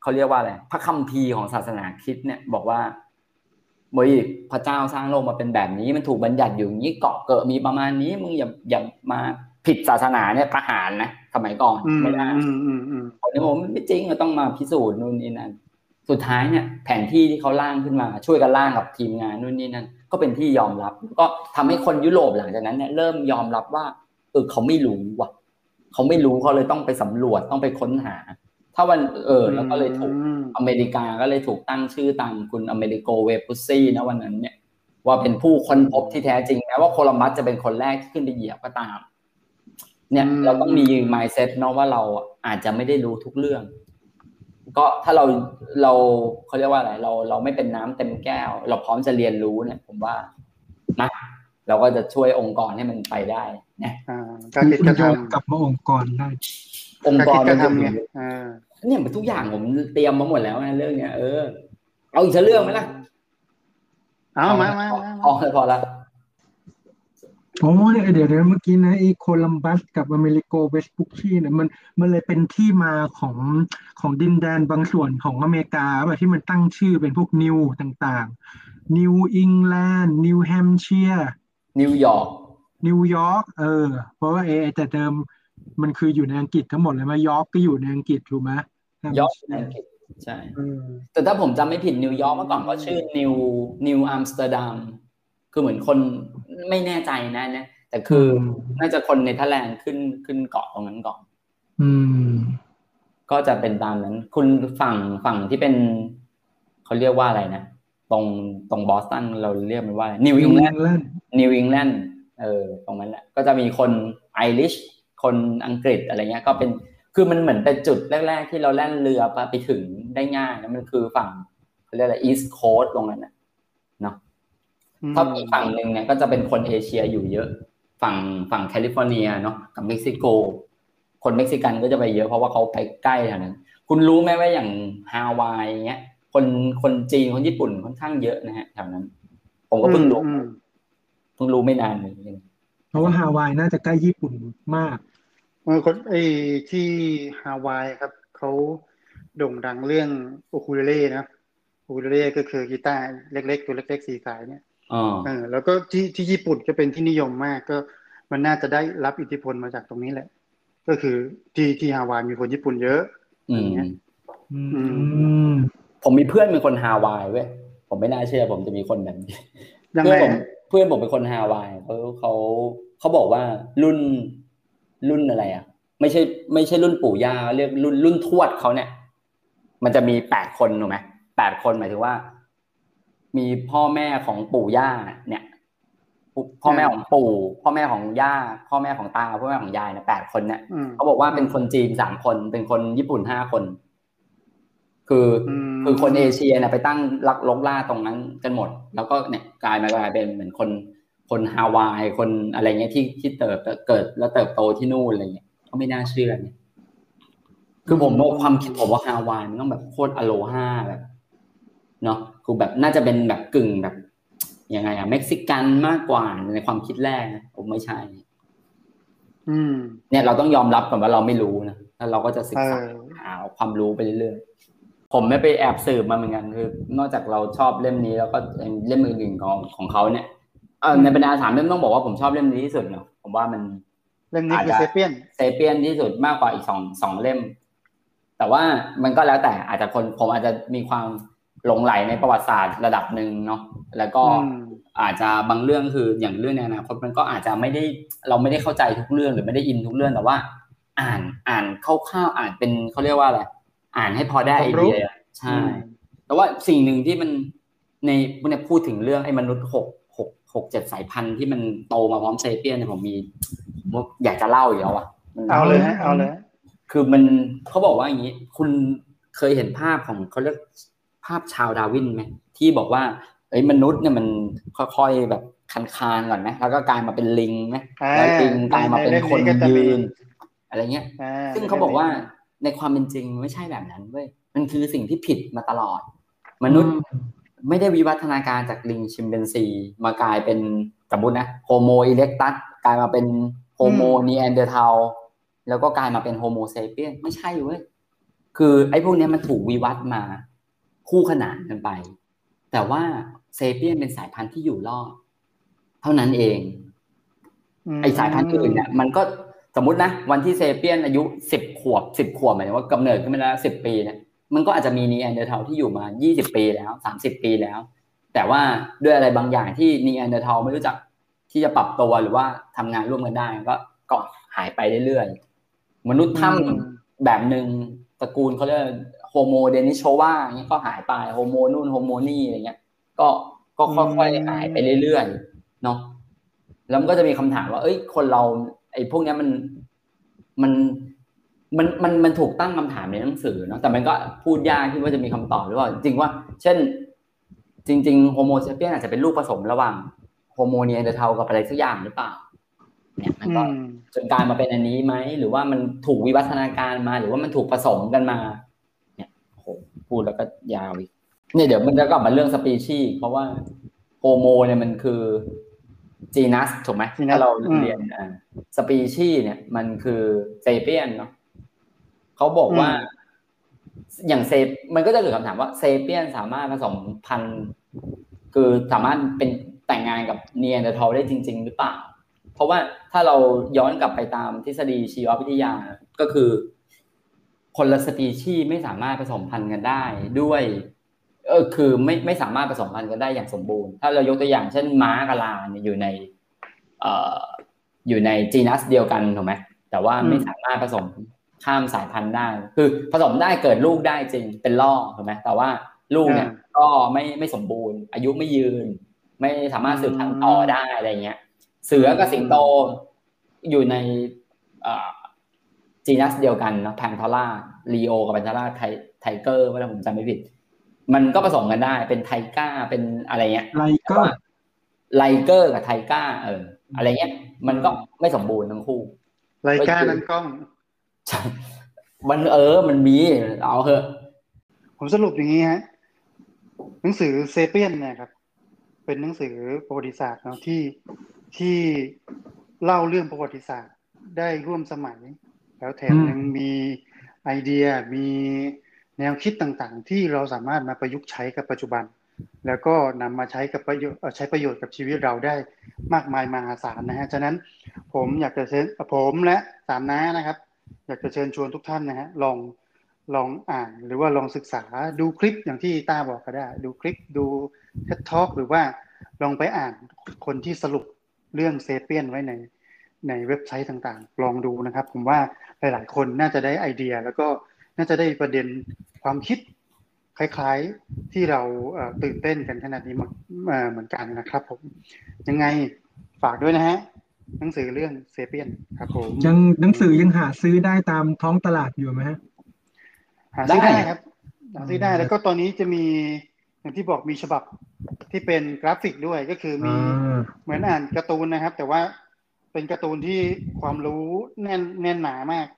เขาเรียกว่าอะไรพระคัมภีร์ของศาสนาคริสต์เนี่ยบอกว่าพระเจ้าสร้างโลกมาเป็นแบบนี้มันถูกบัญญัติอยู่อย่างนี้เกาะเกิดมีประมาณนี้มึงอย่ามาผิดศาสนาเนี่ยประหารนะสมัยก่อนไม่ได้คนนี้บอกไม่จริงเราต้องมาพิสูจน์นู่นนี่นั่นสุดท้ายเนี่ยแผนที่ที่เขาร่างขึ้นมาช่วยกันร่างกับทีมงานนู่นนี่นั่นก็เป็นที่ยอมรับก็ทำให้คนยุโรปหลังจากนั้นเนี่ยเริ่มยอมรับว่าเขาไม่รู้ว่ะเขาไม่รู้เขาเลยต้องไปสำรวจต้องไปค้นหาถ้าวันแล้วก็เลยถูกอเมริกาก็เลยถูกตั้งชื่อตามคุณอเมริโกเวปุสซี่นะวันนั้นเนี่ยว่าเป็นผู้ค้นพบที่แท้จริงแม้ว่าโคลัมบัสจะเป็นคนแรกที่ขึ้นไปเหยียบก็ตามเนี่ยเราต้องมี mindset เนาะว่าเราอาจจะไม่ได้รู้ทุกเรื่องก็ถ้าเราเขาเรียกว่าอะไรเราไม่เป็นน้ำเต็มแก้วเราพร้อมจะเรียนรู้เนี่ยผมว่านะเราก็จะช่วยองค์กรให้มันไปได้นะการคิดการทำกลับมาองค์กรได้องค์กรมันทำเนี่ยทุกอย่างผมเตรียมมาหมดแล้วนะเรื่องเนี้ยเอาอีกสักเรื่องไหมล่ะเอามาพอละโอ้เนี่ยเดี๋ยวเมื่อกี้นะไอ้โคลัมบัสกับอเมริโกเวสปุกชี่เนี่ยมันเลยเป็นที่มาของดินแดนบางส่วนของอเมริกาแบบที่มันตั้งชื่อเป็นพวกนิวต่างๆนิวอิงแลนด์นิวแฮมป์เชียร์นิวยอร์กเพราะว่าแต่เดิมมันคืออยู่ในอังกฤษทั้งหมดเลยมายอร์กก็อยู่ในอังกฤษถูกไหมยอร์กในอังกฤษใช่แต่ถ้าผมจำไม่ผิดนิวยอร์กเมื่อก่อนก็ชื่อนิวอัมสเตอร์ดัมคือเหมือนคนไม่แน่ใจนะเนี่ยแต่คือน่าจะคนเนเธอร์แลนด์ขึ้นเกาะตรงนั้นก่อนก็จะเป็นตามนั้นคุณฝั่งที่เป็นเขาเรียกว่าอะไรนะตรงบอสตันเราเรียกมันว่านิวอิงแลนด์ตรงนั้นแหละก็จะมีคนไอริชคนอังกฤษอะไรเงี้ยก็เป็นคือมันเหมือนเป็นจุดแรกๆที่เราแล่นเรือไปถึงได้ง่ายนะมันคือฝั่งเขาเรียกอะไรอีสต์โคสต์ตรงนั้นนะเนาะถ้าอีกฝั่งหนึ่งเนี่ยก็จะเป็นคนเอเชียอยู่เยอะฝั่งแคลิฟอร์เนียเนาะกับเม็กซิโกคนเม็กซิกันก็จะไปเยอะเพราะว่าเขาไปใกล้แถวนั้นคุณรู้ไหมว่าอย่างฮาวายเงี้ยคนจีนคนญี่ปุ่นค่อนข้างเยอะนะฮะแถวนั้นผมก็เพิ่งรู้ไม่นานเลยเพราะว่าฮาวายน่าจะใกล้ญี่ปุ่นมากคนที่ฮาวายครับเขาโด่งดังเรื่องอูคูเลเล่นะอูคูเลเล่ก็คือกีตาร์เล็กๆตัวเล็กๆ4 สายเนี่ยแล้วก็ที่ญี่ปุ่นก็เป็นที่นิยมมากก็มันน่าจะได้รับอิทธิพลมาจากตรงนี้แหละก็คือที่ฮาวายมีคนญี่ปุ่นเยอะอย่างเงี้ยผมมีเพื่อนเป็นคนฮาวายเว้ยผมไม่น่าเชื่อผมจะมีคนแบบนี้เพื่อนผมเป็นคนฮาวายเขาบอกว่ารุ่นอะไรอ่ะไม่ใช่รุ่นปู่ย่าเรียกรุ่นทวดเขาเนี่ยมันจะมี8 คนถูกไหม8 คนหมายถึงว่ามีพ่อแม่ของปู่ย่าเนี่ยพ่อแม่ของปู่พ่อแม่ของย่าพ่อแม่ของตาพ่อแม่ของยายเนี่ย8 คนเนี่ยเขาบอกว่าเป็นคนจีน3 คนเป็นคนญี่ปุ่น5 คนคือคนเอเชียเนี่ยไปตั้งลกล่าตรงนั้นกันหมดแล้วก็เนี่ยกลายเป็นเหมือนคนฮาวายคนอะไรเงี้ยที่เกิดแล้วเติบโตที่นู่นอะไรเงี้ยก็ไม่น่าเชื่อเนี่ยคือผมว่าความคิดผมว่าฮาวายมันต้องแบบโคตรอโลฮาแบบเนาะคือแบบน่าจะเป็นแบบกึ่งแบบยังไงอะเม็กซิกันมากกว่าในความคิดแรกนะผมไม่ใช่เนี่ยเราต้องยอมรับก่อนว่าเราไม่รู้นะแล้วเราก็จะศึกษาหาความรู้ไปเรื่อยๆผมไม่ไปแอบสืบมาเหมือนกันคือนอกจากเราชอบเล่มนี้แล้วก็เล่มอื่นๆของเขาเนี่ยในบรรดา3 เล่มต้องบอกว่าผมชอบเล่มนี้ที่สุดเนาะผมว่ามันเล่มนี้คือเซเปียนที่สุดมากกว่าอีก2 เล่มแต่ว่ามันก็แล้วแต่อาจจะผมอาจจะมีความหลงไหลในประวัติศาสตร์ระดับหนึ่งเนาะแล้วก็อาจจะบางเรื่องคืออย่างเรื่องในอนาคตมันก็อาจจะเราไม่ได้เข้าใจทุกเรื่องหรือไม่ได้อินทุกเรื่องแต่ว่าอ่านคร่าวๆอ่านเป็นเขาเรียกว่าอะไรอ่านให้พอได้ไอเดียใช่แต่ว่าสิ่งหนึ่งที่มันในพูดถึงเรื่องไอ้มนุษย์6-7 สายพันธุ์ที่มันโตมาพร้อมเซเปียนเนี่ยผมอยากจะเล่าอีกแล้วอ่ะเอาเลยคือมันเขาบอกว่าอย่างนี้คุณเคยเห็นภาพของเขาเรียกภาพชาวดาวินไหมที่บอกว่ามนุษย์เนี่ยมันค่อยๆแบบคานก่อนไหมแล้วก็กลายมาเป็นลิงไหมแล้วลิงกลายมาเป็นคนยืนอะไรเงี้ยซึ่งเขาบอกว่าในความเป็นจริงไม่ใช่แบบนั้นเว้ยมันคือสิ่งที่ผิดมาตลอดมนุษย์ไม่ได้วิวัฒนาการจากลิงชิมแปนซีมากลายเป็นสมมุตินะโฮโมอีเล็กตัสกลายมาเป็นโฮโมนีแอนเดอร์ทัลแล้วก็กลายมาเป็นโฮโมเซเปียนไม่ใช่เว้ยคือไอ้พวกนี้มันถูกวิวัฒน์มาคู่ขนานกันไปแต่ว่าเซเปียนเป็นสายพันธุ์ที่อยู่รอดเท่านั้นเองไอ้สายพันธุ์อื่นเนี่ยมันก็สมมุตินะวันที่เซเปียนอายุ10 ขวบหมายถึงว่ากำเนิดขึ้นมาแล้ว10 ปีเนี่ยมันก็อาจจะมีนีแอนเดอร์ทัลที่อยู่มา20 ปีแล้ว30 ปีแล้วแต่ว่าด้วยอะไรบางอย่างที่นีแอนเดอร์ทัลไม่รู้จักที่จะปรับตัวหรือว่าทำงานร่วมกันได้ก็หายไปเรื่อยๆมนุษย์ถ้ำแบบนึงตระกูลเขาเรียกโฮโมเดนิโชวาอย่างเงี้ยก็หายไปโฮโมนู่นโฮโมนี่อะไรเงี้ยก็ค่อยๆหายไปเรื่อยๆเนาะแล้วมันก็จะมีคำถามว่าเอ้ยคนเราไอ้พวกนี้มันถูกตั้งคำถามในหนังสือเนาะแต่มันก็พูดยากที่ว่าจะมีคำตอบหรือเปล่าจริงว่าเช่นจริงๆโฮโมเซเปียนอาจจะเป็นลูกผสมระหว่างโฮโมเนียนเดอร์เทลกับอะไรสักอย่างหรือเปล่าเนี่ยมันก็จนกลายมาเป็นอันนี้ไหมหรือว่ามันถูกวิวัฒนาการมาหรือว่ามันถูกผสมกันมาเนี่ยโหพูดแล้วก็ยาวอีกเนี่ยเดี๋ยวมันจะกลับมาเรื่องสปีชีส์เพราะว่าโฮโมเนี่ยมันคือจีนัสถูกไหมถ้าเราเรียนสปีชีส์เนี่ยมันคือเซเปียนเนาะเขาบอกว่าอย่างมันก็จะเกิดคำถามว่าเซเปียนสามารถผสมพันธุ์คือสามารถเป็นแต่งงานกับเนียนเดอร์ทัลได้จริงๆหรือเปล่าเพราะว่าถ้าเราย้อนกลับไปตามทฤษฎีชีววิทยาก็คือคนละสปีชีส์ไม่สามารถผสมพันธุ์กันได้ด้วยคือไม่สามารถผสมพันธุ์กันได้อย่างสมบูรณ์ถ้าเรายกตัวอย่างเช่นม้ากับลาเนี่ยอยู่ในจีนัสเดียวกันถูกไหมแต่ว่าไม่สามารถผสมข้ามสายพันธุ์ได้คือผสมได้เกิดลูกได้จริงเป็นล่อถูกไหมแต่ว่าลูกเนี่ยก็ไม่สมบูรณ์อายุไม่ยืนไม่สามารถสืบพันธุ์ต่อได้อะไรเงี้ยเสือกับสิงโตอยู่ในจีนัสเดียวกันนะแพนทาร่าลีโอกับแพนทาร่าไทเกอร์ถ้าผมจำไม่ผิดมันก็ผสมกันได้เป็นไทก้าเป็นอะไรเงี้ยไลเกอร์กับไทก้าอะไรเงี้ยมันก็ไม่สมบูรณ์ทั้งคู่ไลกานั่นกล้องมันมันมีเอาเถอะผมสรุปอย่างนี้ฮะหนังสือเซเปียนนะครับเป็นหนังสือประวัติศาสตร์เนาะที่เล่าเรื่องประวัติศาสตร์ได้ร่วมสมัยแล้วแถมยังมีไอเดียมีแนวคิดต่างๆที่เราสามารถมาประยุกต์ใช้กับปัจจุบันแล้วก็นำมาใช้กับใช้ประโยชน์กับชีวิตเราได้มากมายมหาศาลนะฮะฉะนั้นผมอยากจะเชิญผมและสามน้านะครับอยากจะเชิญชวนทุกท่านนะฮะลองอ่านหรือว่าลองศึกษาดูคลิปอย่างที่ต้าบอกก็ได้ดูคลิปดูTED Talk หรือว่าลองไปอ่านคนที่สรุปเรื่องเซเปียนไว้ในเว็บไซต์ต่างๆลองดูนะครับผมว่าหลายๆคนน่าจะได้ไอเดียแล้วก็น่าจะได้ประเด็นความคิดคล้ายๆที่เราตื่นเต้นกันขนาดนี้เหมือนกันนะครับผมยังไงฝากด้วยนะฮะหนังสือเรื่องเซเปียนครับผมหนังสือยังหาซื้อได้ตามท้องตลาดอยู่ไหมฮะหาซื้อได้ครับหาซื้อได้แล้วก็ตอนนี้จะมีอย่างที่บอกมีฉบับที่เป็นกราฟิกด้วยก็คือมีเหมือนอ่านการ์ตูนนะครับแต่ว่าเป็นการ์ตูนที่ความรู้แน่นหนามาก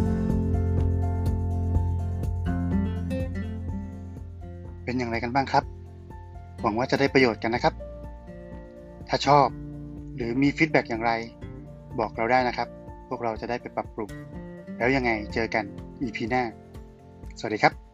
เป็นอย่างไรกันบ้างครับหวังว่าจะได้ประโยชน์กันนะครับถ้าชอบหรือมีฟีดแบ็กอย่างไรบอกเราได้นะครับพวกเราจะได้ไปปรับปรุงแล้วยังไงเจอกัน EP หน้าสวัสดีครับ